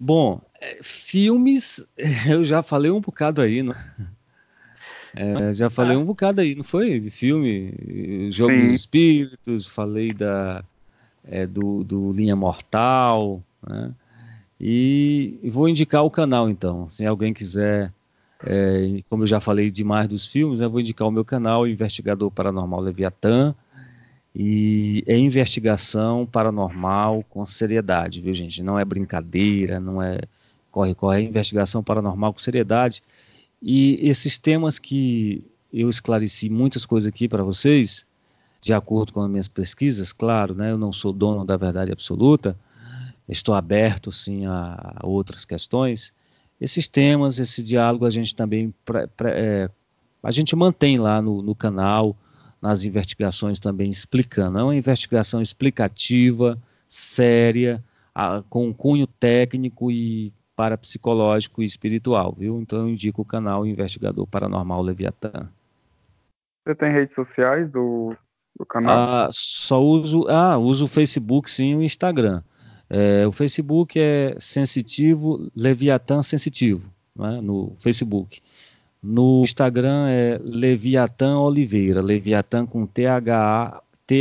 Bom, filmes, eu já falei um bocado aí, né? Já falei um bocado aí, não foi? De filme, Jogo dos Espíritos, falei do Linha Mortal, né? E vou indicar o canal então, se alguém quiser, como eu já falei demais dos filmes, eu vou indicar o meu canal, Investigador Paranormal Leviatã, e é investigação paranormal com seriedade, viu gente? Não é brincadeira, não é corre-corre, é investigação paranormal com seriedade. E esses temas que eu esclareci muitas coisas aqui para vocês, de acordo com as minhas pesquisas, claro, né? Eu não sou dono da verdade absoluta, estou aberto sim a outras questões. Esses temas, esse diálogo a gente também a gente mantém lá no canal, nas investigações também explicando. É uma investigação explicativa, séria, com cunho técnico e parapsicológico e espiritual, viu? Então eu indico o canal Investigador Paranormal Leviatã. Você tem redes sociais do canal? Uso o Facebook sim e o Instagram. O Facebook é Sensitivo, Leviatã Sensitivo, né, no Facebook. No Instagram é Leviatã Oliveira, Leviatã com T-H-A-N,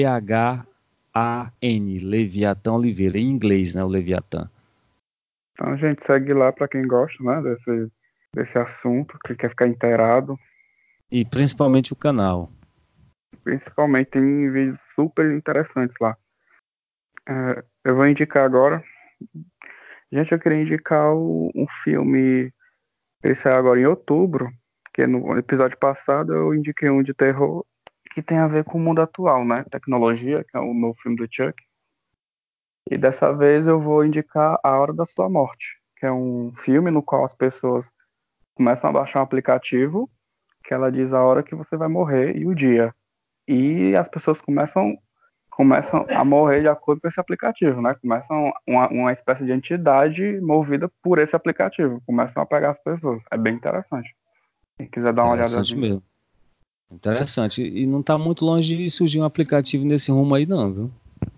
Leviatã Oliveira, em inglês, né, o Leviatã. Então a gente segue lá para quem gosta, né, desse assunto, que quer ficar inteirado. E principalmente o canal. Principalmente tem vídeos super interessantes lá. Eu vou indicar agora. Gente, eu queria indicar um filme. Ele saiu agora em outubro, que no episódio passado eu indiquei um de terror que tem a ver com o mundo atual, né? Tecnologia, que é o novo filme do Chuck. E dessa vez eu vou indicar A Hora da Sua Morte, que é um filme no qual as pessoas começam a baixar um aplicativo que ela diz a hora que você vai morrer e o dia. E as pessoas começam a morrer de acordo com esse aplicativo, né? Começam uma espécie de entidade movida por esse aplicativo. Começam a pegar as pessoas. É bem interessante. Quem quiser dar uma olhada Interessante mesmo. Interessante. E não está muito longe de surgir um aplicativo nesse rumo aí não, viu?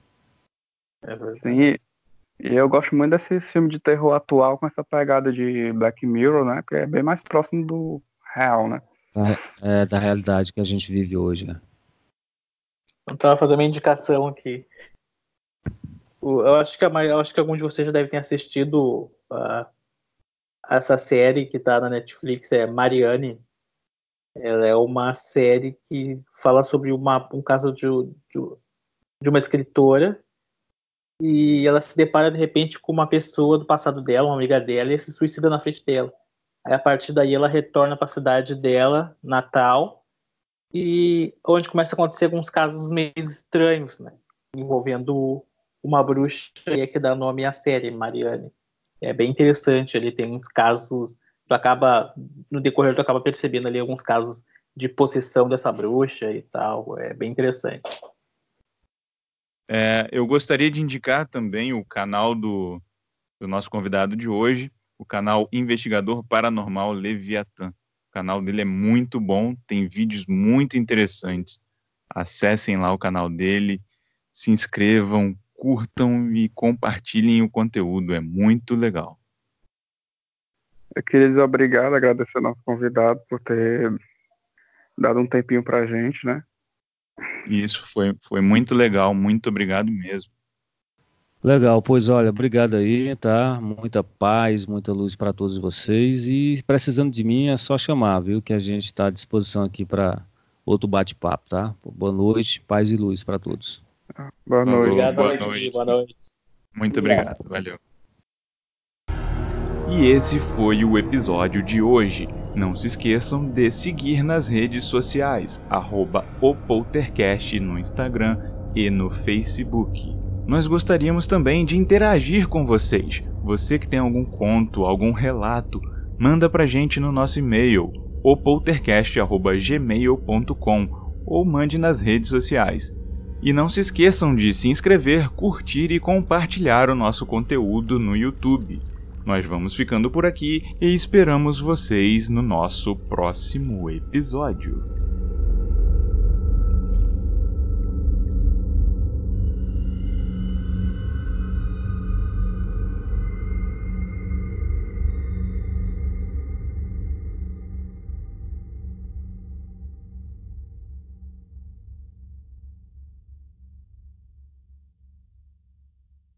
Sim, e eu gosto muito desse filme de terror atual com essa pegada de Black Mirror, né? Que é bem mais próximo do real, né? Da realidade que a gente vive hoje, né? Então, eu vou fazer uma indicação aqui. Eu acho que algum de vocês já deve ter assistido essa série que está na Netflix, é Marianne. Ela é uma série que fala sobre um caso de uma escritora e ela se depara de repente com uma pessoa do passado dela, uma amiga dela, e se suicida na frente dela. Aí a partir daí ela retorna para a cidade dela, natal, e onde começa a acontecer alguns casos meio estranhos, né? Envolvendo uma bruxa que dá nome à série, Marianne. É bem interessante, ali tem uns casos, no decorrer tu acaba percebendo ali alguns casos de possessão dessa bruxa e tal, é bem interessante. Eu gostaria de indicar também o canal do nosso convidado de hoje, o canal Investigador Paranormal Leviatã. O canal dele é muito bom, tem vídeos muito interessantes. Acessem lá o canal dele, se inscrevam, curtam e compartilhem o conteúdo, é muito legal. Eu queria dizer obrigado, agradecer ao nosso convidado por ter dado um tempinho pra gente, né? E isso foi muito legal, muito obrigado mesmo. Legal, pois olha, obrigado aí, tá? Muita paz, muita luz para todos vocês e precisando de mim é só chamar, viu? Que a gente está à disposição aqui para outro bate-papo, tá? Boa noite, paz e luz para todos. Boa noite. Obrigado, boa Levi, noite. boa noite. Muito obrigado, valeu. E esse foi o episódio de hoje. Não se esqueçam de seguir nas redes sociais, @opoltercast no Instagram e no Facebook. Nós gostaríamos também de interagir com vocês. Você que tem algum conto, algum relato, manda pra gente no nosso e-mail, opoltercast@gmail.com, ou mande nas redes sociais. E não se esqueçam de se inscrever, curtir e compartilhar o nosso conteúdo no YouTube. Nós vamos ficando por aqui e esperamos vocês no nosso próximo episódio.